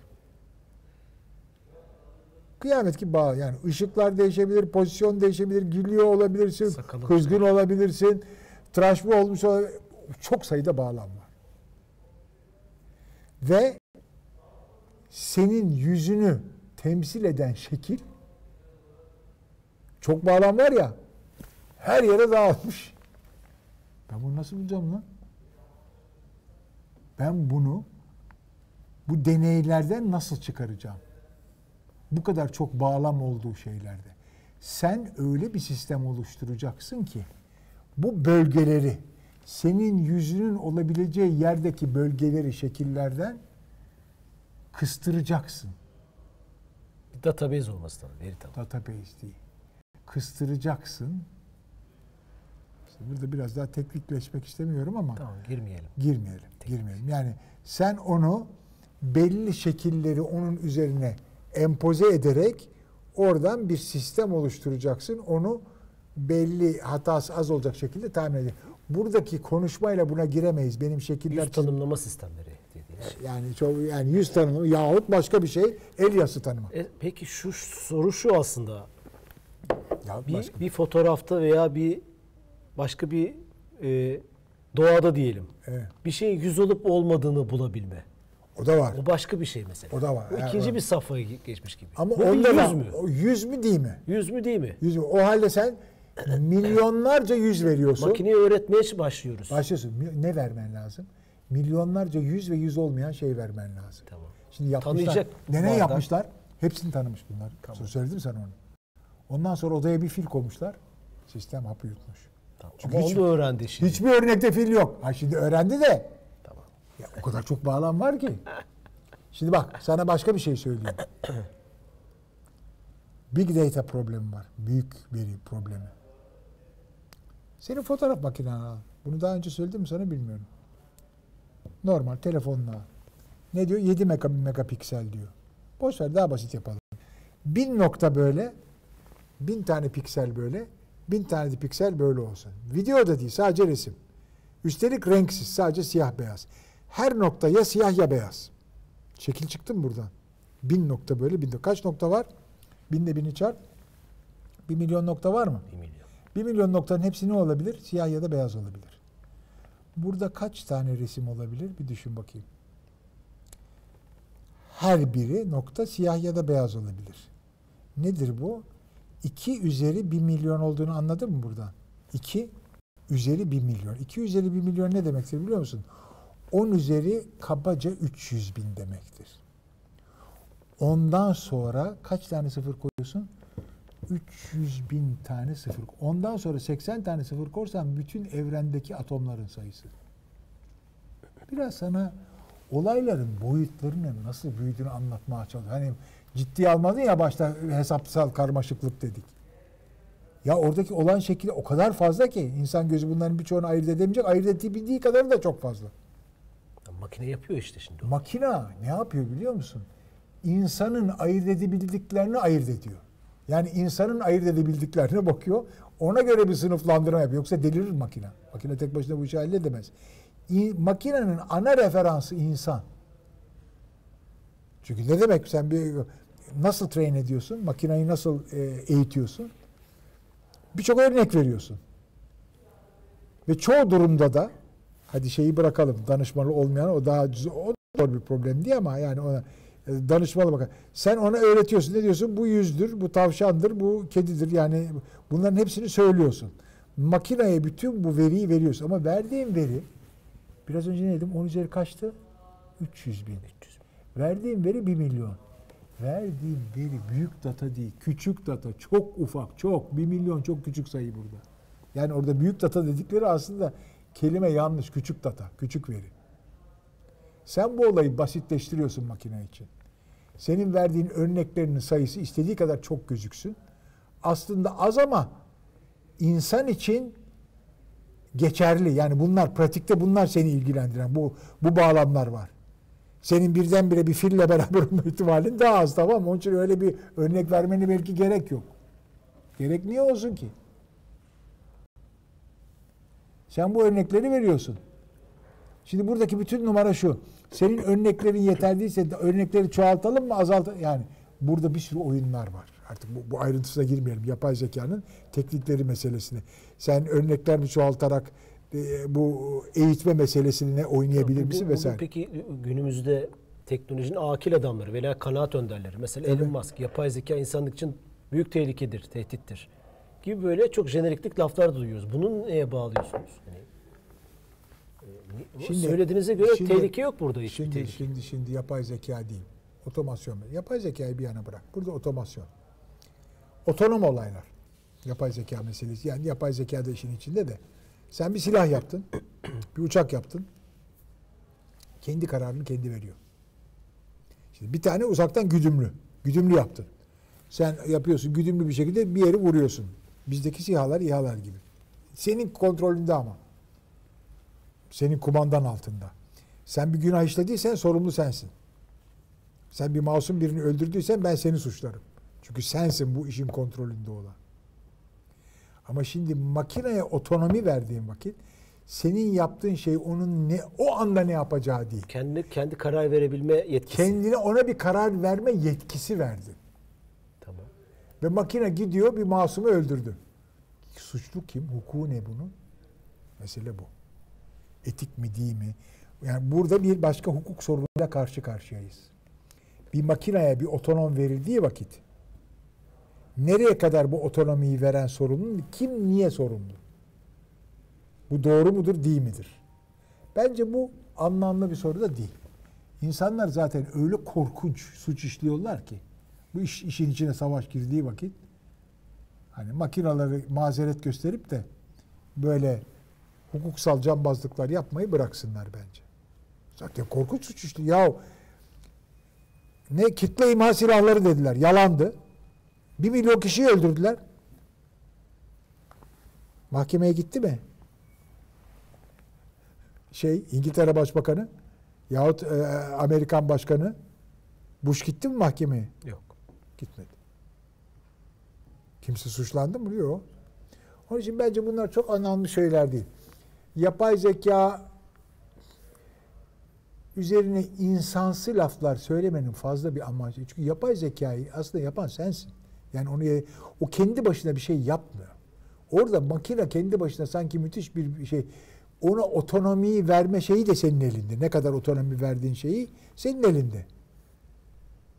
Kıyamet gibi bağ, yani ışıklar değişebilir, pozisyon değişebilir, gülüyor olabilirsin, Sakalı. kızgın olabilirsin, tıraş mı olmuş olabilir. Çok sayıda bağlam var. Ve senin yüzünü temsil eden şekil, çok bağlam var ya, her yere dağılmış. Ben bunu nasıl bulacağım lan? Ben bunu bu deneylerden nasıl çıkaracağım? Bu kadar çok bağlam olduğu şeylerde. Sen öyle bir sistem oluşturacaksın ki bu bölgeleri, senin yüzünün olabileceği yerdeki bölgeleri, şekillerden kıstıracaksın. Bir database olması lazım. Veri tabanı. Database değil. Kıstıracaksın. İşte burada biraz daha teknikleşmek istemiyorum ama Tamam, girmeyelim. girmeyelim. Girmeyelim. Yani sen onu belli şekilleri onun üzerine empoze ederek oradan bir sistem oluşturacaksın. Onu belli hatası az olacak şekilde tahmin edin. Buradaki konuşmayla buna giremeyiz. Benim şekiller Yüz tanımlama sistemleri dediğiniz. yani çok yani yüz tanımı yahut başka bir şey, el yazısı tanımı. E, peki şu soru şu aslında. Yahut Bir, başka. bir fotoğrafta veya bir başka bir e, doğada diyelim. Evet. Bir şeyin yüz olup olmadığını bulabilme. O da var. O başka bir şey mesela. O da var. O Yani ikinci o- bir safhaya geçmiş gibi. Ama Bu bir onda yüz da mü? o yüz mü değil mi? Yüz mü değil mi? Yüz mü? O halde sen milyonlarca yüz veriyorsun. Makineye öğretmeye başlıyoruz. Başlıyorsun. Mi- Ne vermen lazım? Milyonlarca yüz ve yüz olmayan şey vermen lazım. Tamam. Şimdi yapmışlar. Tanıyacak Deney bardak. yapmışlar. Hepsini tanımış bunlar. Tamam. Söyledim sana onu. Ondan sonra odaya bir fil koymuşlar. Sistem hapı yutmuş. Tamam. Çünkü Ama hiç- onu da öğrendi şimdi. Hiçbir örnekte fil yok. Ha şimdi öğrendi de. Tamam. Ya o kadar çok bağlam var ki. Şimdi bak sana başka bir şey söyleyeyim. Big data problemi var. Büyük veri problemi. Senin fotoğraf makinen al. Bunu daha önce söyledim mi sana bilmiyorum. Normal telefonla al. Ne diyor? yedi mega, megapiksel diyor. Boş ver, daha basit yapalım. Bin nokta böyle, bin tane piksel böyle, bin tane de piksel böyle olsun. Video da değil, sadece resim. Üstelik renksiz, sadece siyah beyaz. Her nokta ya siyah ya beyaz. Şekil çıktı mı buradan? Bin nokta böyle, bin nokta. Kaç nokta var? Binde bini çarp. Bir milyon nokta var mı? Bir milyon. Bir milyon noktanın hepsi ne olabilir? Siyah ya da beyaz olabilir. Burada kaç tane resim olabilir? Bir düşün bakayım. Her biri nokta siyah ya da beyaz olabilir. Nedir bu? iki üzeri bir milyon olduğunu anladın mı buradan? iki üzeri bir milyon. iki üzeri bir milyon ne demektir biliyor musun? on üzeri kabaca üç yüz bin demektir. Ondan sonra kaç tane sıfır koyuyorsun? üç yüz bin tane sıfır. Ondan sonra seksen tane sıfır korsan bütün evrendeki atomların sayısı. Biraz sana olayların boyutlarının nasıl büyüdüğünü anlatmaya çalışıyorum. Hani ciddiye almadın ya başta hesapsal karmaşıklık dedik. Ya oradaki olan şekli o kadar fazla ki insan gözü bunların birçoğunu ayırt edemeyecek. Ayırt edebildiği kadarı da çok fazla. Ya makine yapıyor işte şimdi. o. Makina ne yapıyor biliyor musun? İnsanın ayırt edebildiklerini ayırt ediyor. Yani insanın ayırt edebildiklerine bakıyor. Ona göre bir sınıflandırma yapıyor. Yoksa delirir makine. Makine tek başına bu işi halledemez. İ- makinenin ana referansı insan. Çünkü ne demek sen bir nasıl train ediyorsun? Makineyi nasıl e, eğitiyorsun? Birçok örnek veriyorsun. Ve çoğu durumda da hadi şeyi bırakalım. Danışmalı olmayan o daha o zor bir problem değil ama yani ona danışmalı bakar. Sen ona öğretiyorsun. Ne diyorsun? Bu yüzdür, bu tavşandır, bu kedidir. Yani bunların hepsini söylüyorsun. Makineye bütün bu veriyi veriyorsun. Ama verdiğin veri biraz önce ne dedim? on üzeri kaçtı? üç yüz bin. Verdiğin veri bir milyon. Verdiğin veri büyük data değil. Küçük data. Çok ufak. Çok. bir milyon çok küçük sayı burada. Yani orada büyük data dedikleri aslında kelime yanlış. Küçük data. Küçük veri. Sen bu olayı basitleştiriyorsun makine için. Senin verdiğin örneklerinin sayısı istediği kadar çok gözüksün. Aslında az ama insan için geçerli. Yani bunlar pratikte bunlar seni ilgilendiren bu bu bağlamlar var. Senin birdenbire bir fille beraber olma ihtimalin daha az, tamam mı? Onun için öyle bir örnek vermeni belki gerek yok. Gerek niye olsun ki? Sen bu örnekleri veriyorsun. Şimdi buradaki bütün numara şu. Senin örneklerin yeter değilse de örnekleri çoğaltalım mı, azaltalım? Yani burada bir sürü oyunlar var. Artık bu, bu ayrıntısına girmeyelim. Yapay zekanın teknikleri meselesine. Sen örneklerini çoğaltarak e, bu eğitme meselesine oynayabilir Bu- misin bu- vesaire? bu Peki günümüzde teknolojinin akil adamları veya kanaat önderleri. Mesela Elon Musk, yapay zeka insanlık için büyük tehlikedir, tehdittir gibi böyle çok jeneriklik laflar duyuyoruz. Bunu neye bağlıyorsunuz? Yani, e, Şimdi- söylediğinize göre şimdi- tehlike yok burada hiçbir Şimdi, tehlike. şimdi, şimdi yapay zeka değil. Otomasyon. Yapay zekayı bir yana bırak. Burada otomasyon. Otonom olaylar. Yapay zeka meselesi. Yani yapay zeka da işin içinde de. Sen bir silah yaptın. Bir uçak yaptın. Kendi kararını kendi veriyor. Şimdi bir tane uzaktan güdümlü. Güdümlü yaptın. Sen yapıyorsun güdümlü bir şekilde bir yeri vuruyorsun. Bizdeki SİHA'lar, İHA'lar gibi. Senin kontrolünde ama. Senin kumandan altında. Sen bir günah işlediysen sorumlu sensin. Sen bir masum birini öldürdüysen ben seni suçlarım. Çünkü sensin bu işin kontrolünde olan. Ama şimdi makineye otonomi verdiğin vakit senin yaptığın şey onun ne o anda ne yapacağı değil. Kendi kendi karar verebilme yetkisi. Kendine ona bir karar verme yetkisi verdi. Tamam. Ve makine gidiyor bir masumu öldürdü. Suçlu kim? Hukuku ne bunun? Mesele bu. Etik mi değil mi? Yani burada bir başka hukuk sorunuyla karşı karşıyayız. Bir makineye bir otonom verildiği vakit nereye kadar bu otonomiyi veren sorumlu? Kim niye sorumlu? Bu doğru mudur, değil midir? Bence bu anlamlı bir soru da değil. İnsanlar zaten öyle korkunç suç işliyorlar ki bu iş, işin içine savaş girdiği vakit hani makinaları mazeret gösterip de böyle hukuksal cambazlıklar yapmayı bıraksınlar bence. Zaten korkunç suç işliyor. Ya ne kitle imha silahları dediler. Yalandı. Bir milyon kişiyi öldürdüler. Mahkemeye gitti mi? Şey İngiltere Başbakanı yahut e, Amerikan Başkanı Bush gitti mi mahkemeye? Yok. Gitmedi. Kimse suçlandı mı? Yok. Onun için bence bunlar çok anlamlı şeyler değil. Yapay zeka üzerine insansı laflar söylemenin fazla bir amacı. Çünkü yapay zekayı aslında yapan sensin. Yani onu o kendi başına bir şey yapmıyor. Orada makine kendi başına sanki müthiş bir şey. Ona otonomiyi verme şeyi de senin elinde. Ne kadar otonomi verdiğin şeyi senin elinde.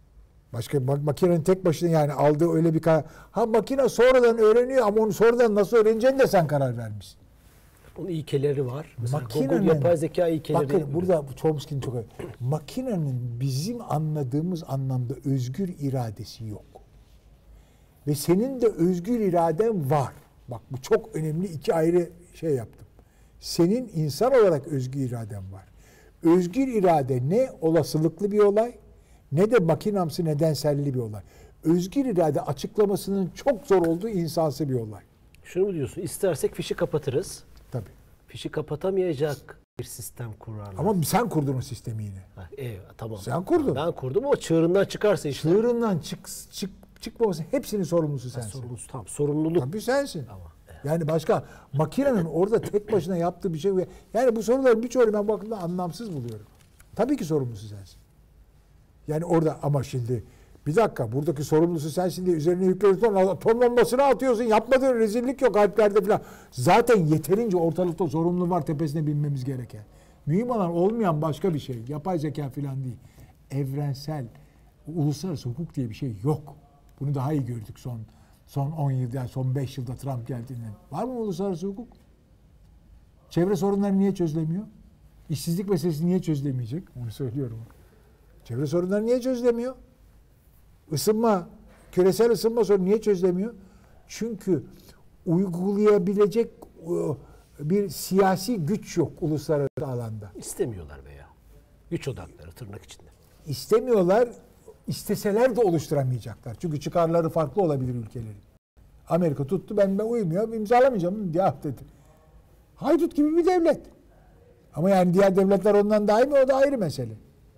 Başka mak- makinenin tek başına yani aldığı öyle bir karar. Ha makine sonradan öğreniyor ama onu sonradan nasıl öğreneceğini de sen karar vermişsin. Onun ilkeleri var. Mesela Makinenin- Google yapay zeka ilkeleri. Bakın burada Chomsky'nin çok önemli. Makinenin bizim anladığımız anlamda özgür iradesi yok. Ve senin de özgür iraden var. Bak bu çok önemli, iki ayrı şey yaptım. Senin insan olarak özgür iraden var. Özgür irade ne olasılıklı bir olay ne de makinamsı nedenselli bir olay. Özgür irade açıklamasının çok zor olduğu insansı bir olay. Şunu mu diyorsun? İstersek fişi kapatırız. Tabii. Fişi kapatamayacak bir sistem kurarlar. Ama sen kurdun o sistemi yine. Ha, evet, tamam. Sen kurdun. Ben kurdum ama çığırından çıkarsa işte. Çığırından çık, çık, çıkmaması hepsinin sorumlusu Ha, sensin. sorumlusu tam. Sorumluluk. Tabii sensin. Ama, Yani başka makinenin orada tek başına yaptığı bir şey. Yani bu soruların birçoğunu ben bakımda anlamsız buluyorum. Tabii ki sorumlusu sensin. Yani orada ama şimdi bir dakika buradaki sorumlusu sensin diye üzerine yüklüyorsun. Atom bombasını atıyorsun. Yapmadığın rezillik yok Alplerde falan. Zaten yeterince ortalıkta sorumlu var tepesine binmemiz gereken. Mühim olan olmayan başka bir şey. Yapay zeka falan değil. Evrensel, uluslararası hukuk diye bir şey yok. Bunu daha iyi gördük son son on yılda, yani son beş yılda Trump geldiğinden. Var mı uluslararası hukuk? Çevre sorunları niye çözülemiyor? İşsizlik meselesi niye çözülemeyecek? Onu söylüyorum. Çevre sorunları niye çözülemiyor? Isınma, küresel ısınma sorunu niye çözülemiyor? Çünkü uygulayabilecek bir siyasi güç yok uluslararası alanda. İstemiyorlar veya. Güç odakları tırnak içinde. İstemiyorlar, isteseler de oluşturamayacaklar. Çünkü çıkarları farklı olabilir ülkelerin. Amerika tuttu, ben ben uymuyor, imzalamayacağım ya dedi. Haydut gibi bir devlet. Ama yani diğer devletler ondan daha iyi mi? O da ayrı mesele.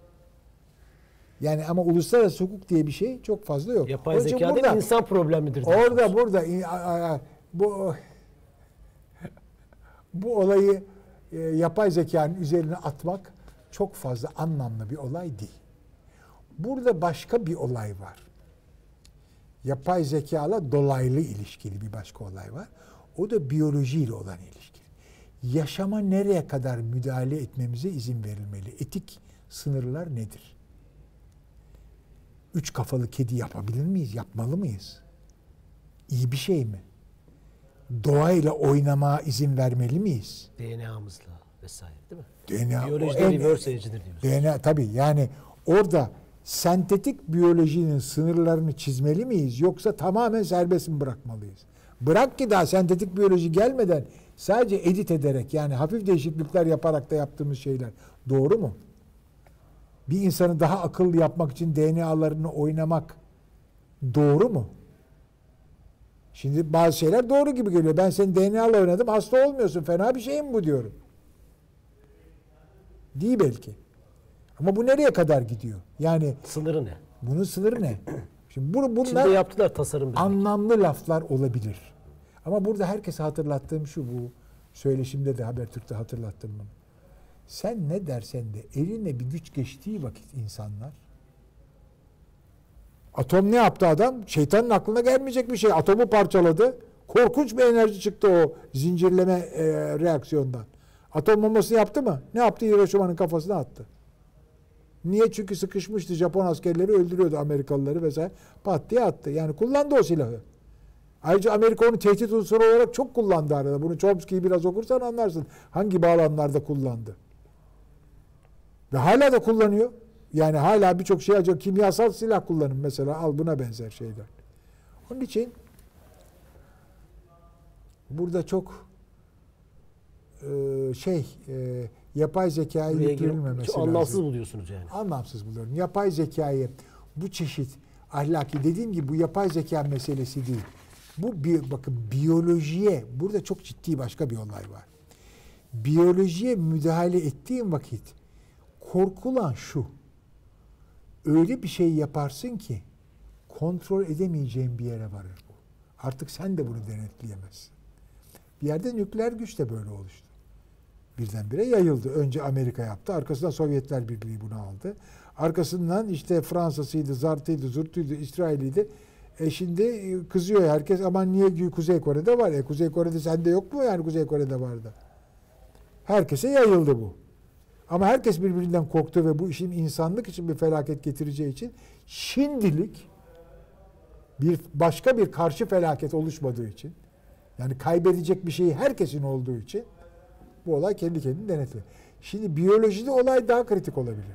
Yani ama uluslararası hukuk diye bir şey çok fazla yok. Yapay Onun için zeka değil burada- insan problemidir. Orada burada in- a- a- bu bu olayı e, yapay zekanın üzerine atmak çok fazla anlamlı bir olay değil. Burada başka bir olay var. Yapay zekayla dolaylı ilişkili bir başka olay var. O da biyolojiyle olan ilişkili. Yaşama nereye kadar müdahale etmemize izin verilmeli? Etik sınırlar nedir? Üç kafalı kedi yapabilir miyiz? Yapmalı mıyız? İyi bir şey mi? Doğayla oynamaya izin vermeli miyiz? D N A'mızla vesaire değil mi? D N A, Biyolojide o en- reverse engineer diyoruz. D N A tabii yani orada sentetik biyolojinin sınırlarını çizmeli miyiz yoksa tamamen serbest mi bırakmalıyız? Bırak ki daha sentetik biyoloji gelmeden sadece edit ederek yani hafif değişiklikler yaparak da yaptığımız şeyler doğru mu? Bir insanı daha akıllı yapmak için D N A'larını oynamak doğru mu? Şimdi bazı şeyler doğru gibi geliyor. Ben senin D N A'la oynadım, hasta olmuyorsun. Fena bir şey mi bu diyorum. Değil belki. Ama bu nereye kadar gidiyor? Yani Sınırı ne? bunun sınırı ne? Şimdi bu, bunlar Çin'de yaptılar tasarım. bile. anlamlı laflar olabilir. Ama burada herkese hatırlattığım şu, bu söyleşimde de Habertürk'te hatırlattım bunu. Sen ne dersen de eline bir güç geçtiği vakit insanlar, atom ne yaptı adam? Şeytanın aklına gelmeyecek bir şey. Atomu parçaladı. Korkunç bir enerji çıktı o zincirleme e, reaksiyondan. Atom bombası yaptı mı? Ne yaptı? Hiroşima'nın kafasına attı. Niye? Çünkü sıkışmıştı. Japon askerleri öldürüyordu Amerikalıları vesaire. Pat diye attı. Yani kullandı o silahı. Ayrıca Amerika onu tehdit unsuru olarak çok kullandı arada. Bunu Chomsky'yi biraz okursan anlarsın. Hangi bağlamlarda kullandı. Ve hala da kullanıyor. Yani hala birçok şey acaba kimyasal silah kullanın mesela. Al buna benzer şeyler. Onun için burada çok e, şey e, yapay zekayı Buraya girip- yüklenilmemesi çok lazım. anlamsız buluyorsunuz yani. Anlamsız buluyorum. Yapay zekayı bu çeşit ahlaki dediğim gibi bu yapay zeka meselesi değil. Bu bir bakın biyolojiye burada çok ciddi başka bir olay var. Biyolojiye müdahale ettiğin vakit korkulan şu. Öyle bir şey yaparsın ki kontrol edemeyeceğin bir yere varır bu. Artık sen de bunu denetleyemezsin. Bir yerde nükleer güç de böyle oluştu. Birdenbire yayıldı. Önce Amerika yaptı. Arkasından Sovyetler Birliği bunu aldı. Arkasından işte Fransa'sıydı, Zart'ıydı, Zurt'uydu, İsrail'iydi. E şimdi kızıyor herkes. Aman niye Kuzey Kore'de var? E Kuzey Kore'de sende yok mu yani Kuzey Kore'de vardı? Herkese yayıldı bu. Ama herkes birbirinden korktu ve bu işin insanlık için bir felaket getireceği için şimdilik bir başka bir karşı felaket oluşmadığı için, yani kaybedecek bir şeyi herkesin olduğu için bu olay kendi kendini denetliyor. Şimdi biyolojide olay daha kritik olabilir.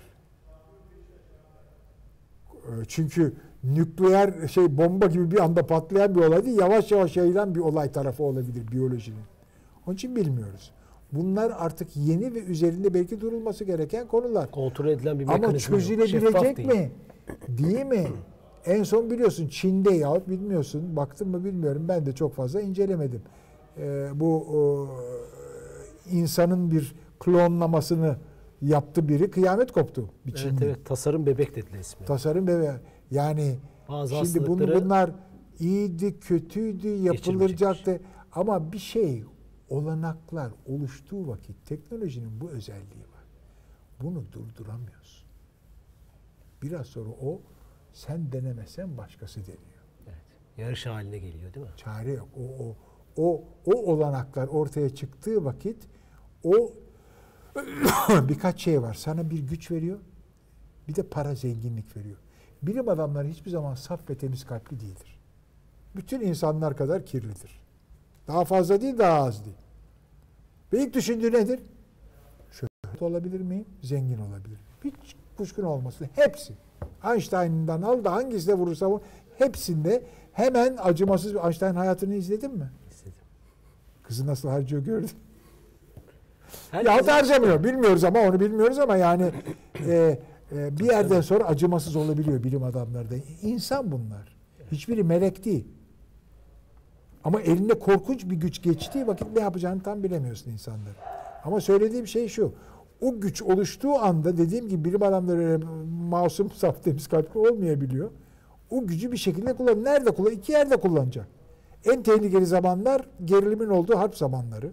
Çünkü nükleer şey bomba gibi bir anda patlayan bir olay değil, yavaş yavaş yayılan bir olay tarafı olabilir biyolojinin. Onun için bilmiyoruz. Bunlar artık yeni ve üzerinde belki durulması gereken konular. Kontrol edilen bir Ama mekanizma yok. Şeffaf çözülebilecek değil. mi? Değil mi? En son biliyorsun Çin'de yahut bilmiyorsun, baktın mı bilmiyorum, ben de çok fazla incelemedim. Ee, bu o, insanın bir klonlamasını yaptı biri, kıyamet koptu bir Evet, Çin'de. evet, tasarım bebek dediler ismi. Tasarım bebeği. Yani Bazı şimdi bunu, hastalıkları bunlar iyiydi, kötüydü, yapılacaktı. Ama bir şey, olanaklar oluştuğu vakit teknolojinin bu özelliği var. Bunu durduramıyorsun. Biraz sonra o, sen denemesen başkası deniyor. Evet. Yarış haline geliyor değil mi? Çare yok. O, o, o, o olanaklar ortaya çıktığı vakit o birkaç şey var. Sana bir güç veriyor. Bir de para, zenginlik veriyor. Bilim adamları hiçbir zaman saf ve temiz kalpli değildir. Bütün insanlar kadar kirlidir. Daha fazla değil, daha az değil. Ve ilk düşündüğü nedir? Şöhret olabilir miyim? Zengin olabilir miyim? Hiç kuşkun olmasın. Hepsi. Einstein'dan al da hangisine vurursa vur. Hepsinde hemen acımasız bir Einstein hayatını izledin mi? İstedim. Kızı nasıl harcıyor gördün. Herkes- Ya harcamıyor. Bilmiyoruz ama onu bilmiyoruz ama yani e, e, bir yerden sonra acımasız olabiliyor bilim adamları da. İnsan bunlar. Hiçbiri melek değil. Ama eline korkunç bir güç geçtiği vakit ne yapacağını tam bilemiyorsun insanları. Ama söylediğim şey şu. O güç oluştuğu anda dediğim gibi bilim adamları öyle masum, saf, temiz kalpli olmayabiliyor. O gücü bir şekilde kullan. Nerede kullan? İki yerde kullanacak. En tehlikeli zamanlar gerilimin olduğu harp zamanları.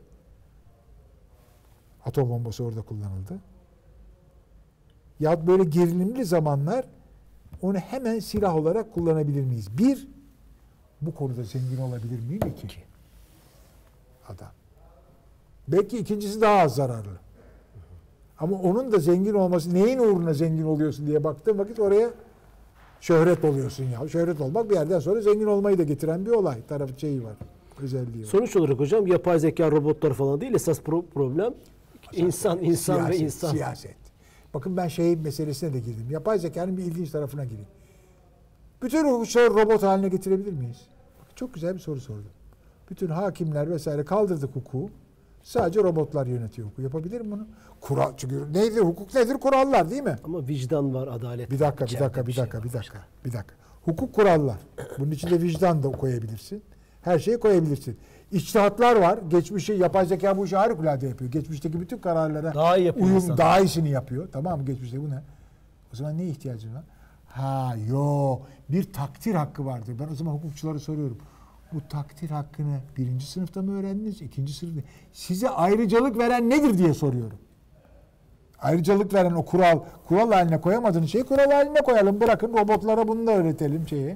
Atom bombası orada kullanıldı. Ya böyle gerilimli zamanlar onu hemen silah olarak kullanabilir miyiz? Bir, bu konuda zengin olabilir miyim? İki, adam. Belki ikincisi daha az zararlı. Ama onun da zengin olması, neyin uğruna zengin oluyorsun diye baktığın vakit oraya şöhret oluyorsun ya. Şöhret olmak bir yerden sonra zengin olmayı da getiren bir olay. Tarafı şeyi var, özelliği var. Sonuç olarak hocam yapay zeka, robotlar falan değil. Esas pro- problem insan, insan Siyaset, ve insan. Siyaset. Bakın ben şey meselesine de girdim. Yapay zekanın bir ilginç tarafına gireyim. Bütün hukukçuları robot haline getirebilir miyiz? Bak, çok güzel bir soru sordum. Bütün hakimler vesaire kaldırdık hukuku. Sadece robotlar yönetiyor hukuku. Yapabilir mi bunu? Kural, çünkü neydi? Hukuk nedir? Kurallar değil mi? Ama vicdan var, adalet Bir var. dakika, bir İçeride dakika, bir şey dakika, var bir dakika, başka. bir dakika. Hukuk kurallar. Bunun içinde vicdan da koyabilirsin. Her şeyi koyabilirsin. İçtihatlar var. Geçmişi yapay zeka bu işi harikulade yapıyor. Geçmişteki bütün kararlara Daha iyi yapıyor uyum, insanlar. daha iyisini yapıyor. Tamam mı? Geçmişte bu ne? O zaman neye ihtiyacın var? Ha yo, bir takdir hakkı vardır. Ben o zaman hukukçulara soruyorum. Bu takdir hakkını birinci sınıfta mı öğrendiniz? İkinci sınıfta. Size ayrıcalık veren nedir diye soruyorum. Ayrıcalık veren o kural, kural haline koyamadığınız şeyi kural haline koyalım. Bırakın robotlara bunu da öğretelim şeyi.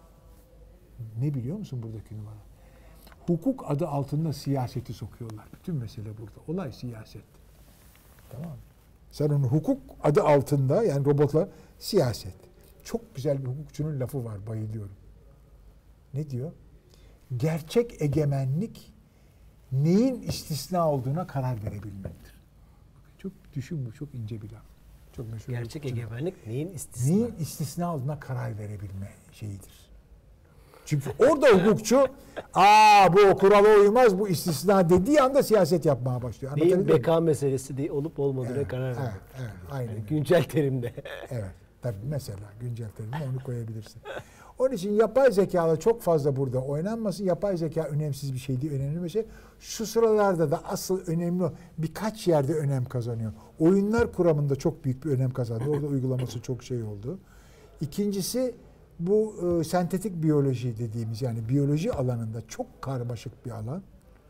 Ne biliyor musun buradaki numara? Hukuk adı altında siyaseti sokuyorlar. Bütün mesele burada. Olay siyaset. Tamam mı? Sen onu hukuk adı altında, yani robotla siyaset. Çok güzel bir hukukçunun lafı var, bayılıyorum. Ne diyor? Gerçek egemenlik neyin istisna olduğuna karar verebilmektir. Çok düşün, bu çok ince bir laf. Çok meşhur. Gerçek hukukçunun. egemenlik neyin istisna? Neyin istisna olduğuna karar verebilme şeyidir. Çünkü orada hukukçu, aa bu o kurala uymaz, bu istisna dediği anda siyaset yapmaya başlıyor. Neyin Anlatabiliyor beka meselesi değil, olup olmadığına Evet, karar evet, vermek. evet, aynen. Yani güncel terimde. Evet. Tabii mesela güncel terimle onu koyabilirsin. Onun için yapay zekayla çok fazla burada oynanmasın. Yapay zeka önemsiz bir şey değil, önemli bir şey. Şu sıralarda da asıl önemli birkaç yerde önem kazanıyor. Oyunlar kuramında çok büyük bir önem kazandı. Orada uygulaması çok şey oldu. İkincisi bu e, sentetik biyoloji dediğimiz, yani biyoloji alanında çok karmaşık bir alan.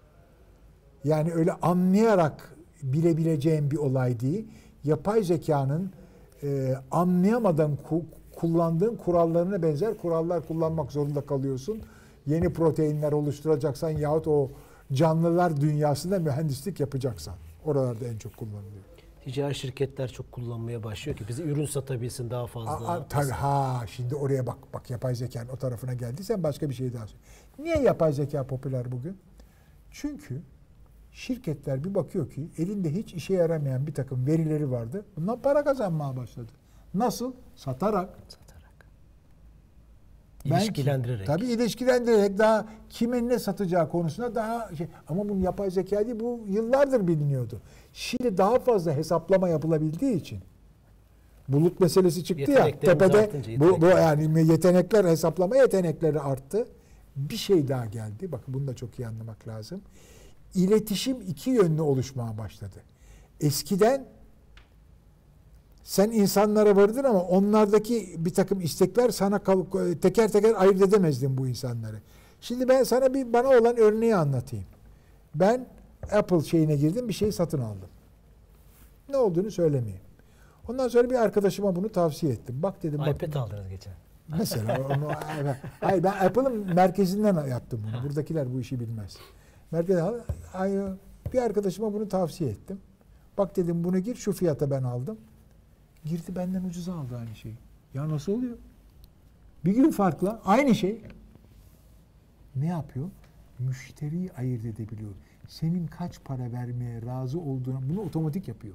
Yani öyle anlayarak bilebileceğin bir olay değil. Yapay zekanın e, anlayamadan ku, kullandığın kurallarına benzer kurallar kullanmak zorunda kalıyorsun. Yeni proteinler oluşturacaksan yahut o canlılar dünyasında mühendislik yapacaksan. Oralarda en çok kullanılıyor. Ticari şirketler çok kullanmaya başlıyor ki bizi ürün satabilsin daha fazla. A, a, tabii, ha şimdi oraya bak bak yapay zekanın o tarafına geldiysen başka bir şey daha söyle. Niye yapay zeka popüler bugün? Çünkü şirketler bir bakıyor ki elinde hiç işe yaramayan bir takım verileri vardı. Bundan para kazanmaya başladı. Nasıl? Satarak. Satarak. Ben- İlişkilendirerek. Tabii ilişkilendirerek daha kimin ne satacağı konusunda daha şey. Ama bunun yapay zeka değil, bu yıllardır biliniyordu. Şimdi daha fazla hesaplama yapılabildiği için bulut meselesi çıktı ya Yeteneklerimiz tepede artınca bu, bu yetenekler. yani yetenekler, hesaplama yetenekleri arttı. Bir şey daha geldi. Bakın bunu da çok iyi anlamak lazım. İletişim iki yönlü oluşmaya başladı. Eskiden sen insanlara vardın ama onlardaki bir takım istekler sana kal- teker teker ayırt edemezdin bu insanları. Şimdi ben sana bir bana olan örneği anlatayım. Ben Apple şeyine girdim, bir şey satın aldım. Ne olduğunu söylemeyeyim. Ondan sonra bir arkadaşıma bunu tavsiye ettim. Bak dedim, bak, iPad aldınız geçen. mesela onu, hayır, ben Apple'ın merkezinden yaptım bunu. Buradakiler bu işi bilmez. Merkezden ay, bir arkadaşıma bunu tavsiye ettim. Bak dedim, bunu gir, şu fiyata ben aldım. Girdi, benden ucuza aldı aynı şeyi. Ya nasıl oluyor? Bir gün farkla aynı şey. Ne yapıyor? Müşteriyi ayırt edebiliyor. Senin kaç para vermeye razı olduğunu bunu otomatik yapıyor.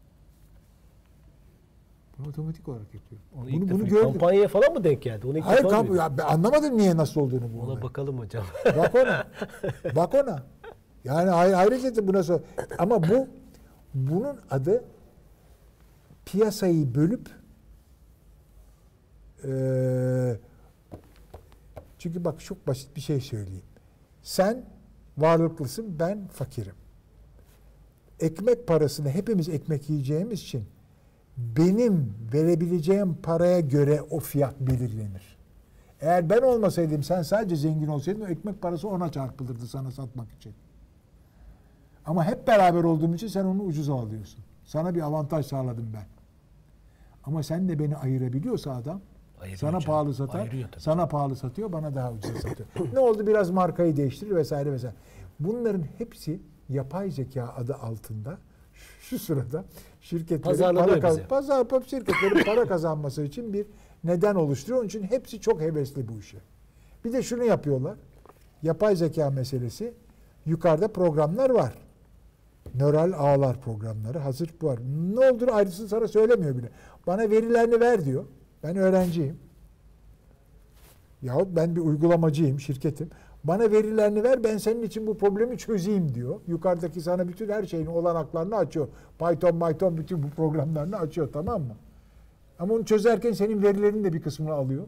Bunu otomatik olarak yapıyor. Onu Bunu, ilk bunu defa- gördüm. Kampanyaya falan mı denk geldi? Onu ilk Hayır, defa kamp, duydum. ya ben anlamadım niye nasıl olduğunu bu Ona olay. bakalım hocam. Bak ona. Bak ona. Yani ay- ayrıca buna sor. Ama bu bunun adı piyasayı bölüp eee çünkü bak çok basit bir şey söyleyeyim. Sen varlıklısın, ben fakirim. Ekmek parasını hepimiz ekmek yiyeceğimiz için benim verebileceğim paraya göre o fiyat belirlenir. Eğer ben olmasaydım, sen sadece zengin olsaydın, o ekmek parası ona çarpılırdı sana satmak için. Ama hep beraber olduğum için sen onu ucuza alıyorsun. Sana bir avantaj sağladım ben. Ama sen de beni ayırabiliyorsa adam, Ayırıyor sana canım. pahalı satar, Ayırıyor tabii. sana pahalı satıyor, bana daha ucuza satıyor. Ne oldu? Biraz markayı değiştirir vesaire vesaire. Bunların hepsi yapay zeka adı altında şu sırada şirketlerin Pazarlanıyor para, kaz- bize. pazar, şirketlerin para kazanması için bir neden oluşturuyor. Onun için hepsi çok hevesli bu işe. Bir de şunu yapıyorlar. Yapay zeka meselesi, yukarıda programlar var. Nöral ağlar programları hazır bu var. Ne olduğunu ayrısını sana söylemiyor bile. Bana verilerini ver diyor. Ben öğrenciyim. Yahut ben bir uygulamacıyım, şirketim. Bana verilerini ver, ben senin için bu problemi çözeyim diyor. Yukarıdaki sana bütün her şeyin olanaklarını açıyor. Python, Python bütün bu programlarını açıyor, tamam mı? Ama onu çözerken senin verilerinin de bir kısmını alıyor.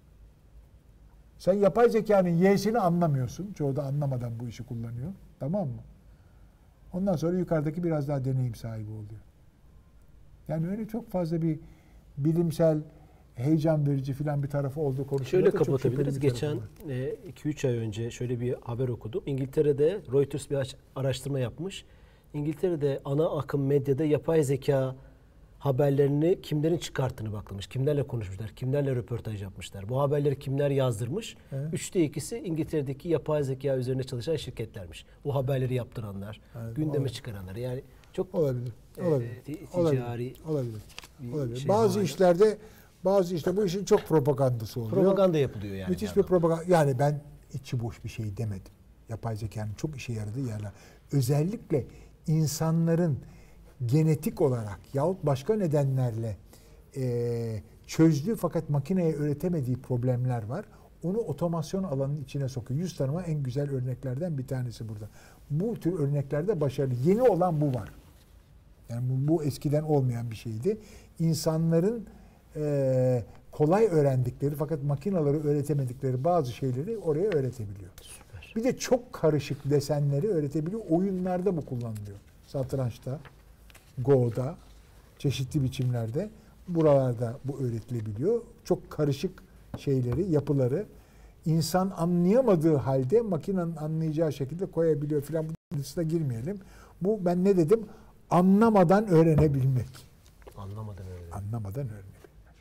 Sen yapay zekanın y'sini anlamıyorsun. Çoğu da anlamadan bu işi kullanıyor. Tamam mı? Ondan sonra yukarıdaki biraz daha deneyim sahibi oluyor. Yani öyle çok fazla bir bilimsel, heyecan verici filan bir tarafı olduğu konusunda Şöyle da çok kapatabiliriz. şüpheli bir Geçen tarafı var. iki üç ay önce şöyle bir haber okudum. İngiltere'de Reuters bir aç- araştırma yapmış. İngiltere'de ana akım medyada yapay zeka haberlerini kimlerin çıkarttığını baklamış. Kimlerle konuşmuşlar, kimlerle röportaj yapmışlar. Bu haberleri kimler yazdırmış? Evet. Üçte ikisi İngiltere'deki yapay zeka üzerine çalışan şirketlermiş. O haberleri yaptıranlar, Evet, gündeme olabilir. çıkaranlar. Yani çok Olabilir. e, Olabilir. ti- olabilir. ticari Olabilir. bir Olabilir. şey Bazı haline. işlerde bazı işte bu işin çok propagandası oluyor. propaganda yapılıyor yani. Müthiş bir bir yandan. propaganda. Yani ben içi boş bir şey demedim. Yapay zekanın çok işe yaradığı yerler. Özellikle insanların genetik olarak yahut başka nedenlerle e, çözdüğü fakat makineye öğretemediği problemler var. Onu otomasyon alanının içine sokuyor. Yüz tanıma en güzel örneklerden bir tanesi burada. Bu tür örneklerde başarılı. Yeni olan bu var. Yani bu, bu eskiden olmayan bir şeydi. İnsanların e, kolay öğrendikleri fakat makinaları öğretemedikleri bazı şeyleri oraya öğretebiliyor. Süper. Bir de çok karışık desenleri öğretebiliyor. Oyunlarda bu kullanılıyor. Satrançta, Go'da, çeşitli biçimlerde buralarda bu öğretilebiliyor. Çok karışık şeyleri, yapıları insan anlayamadığı halde makinenin anlayacağı şekilde koyabiliyor filan. Bu listeye girmeyelim. Bu ben ne dedim? Anlamadan öğrenebilmek. Anlamadan öyle. Anlamadan öğrenebilmek.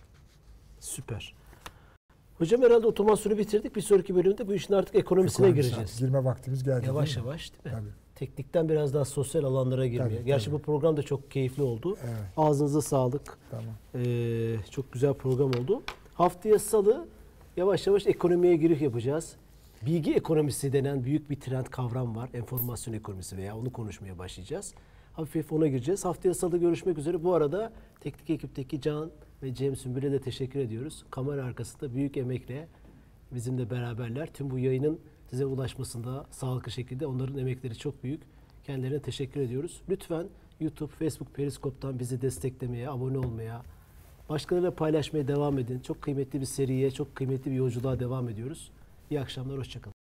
Süper. Hocam herhalde otomasyonu bitirdik. Bir sonraki bölümde bu işin artık ekonomisine Ekonomi gireceğiz. saati, girme vaktimiz geldi. Yavaş değil mi? yavaş değil mi? Tabii. teknikten biraz daha sosyal alanlara girmeye. Tabii, Gerçi tabii. bu program da çok keyifli oldu. Evet. Ağzınıza sağlık. Tamam. Ee, çok güzel program oldu. Haftaya Salı yavaş yavaş ekonomiye giriş yapacağız. Bilgi ekonomisi denen büyük bir trend kavram var. Enformasyon ekonomisi veya onu konuşmaya başlayacağız. Hafif hafif ona gireceğiz. Haftaya Salı görüşmek üzere. Bu arada teknik ekipteki Can ve Cem Sümbül'e de teşekkür ediyoruz. Kamera arkasında büyük emekle bizimle beraberler. Tüm bu yayının size ulaşmasında sağlıklı şekilde onların emekleri çok büyük. Kendilerine teşekkür ediyoruz. Lütfen YouTube, Facebook, Periskop'tan bizi desteklemeye, abone olmaya, başkalarıyla paylaşmaya devam edin. Çok kıymetli bir seriye, çok kıymetli bir yolculuğa devam ediyoruz. İyi akşamlar, hoşçakalın.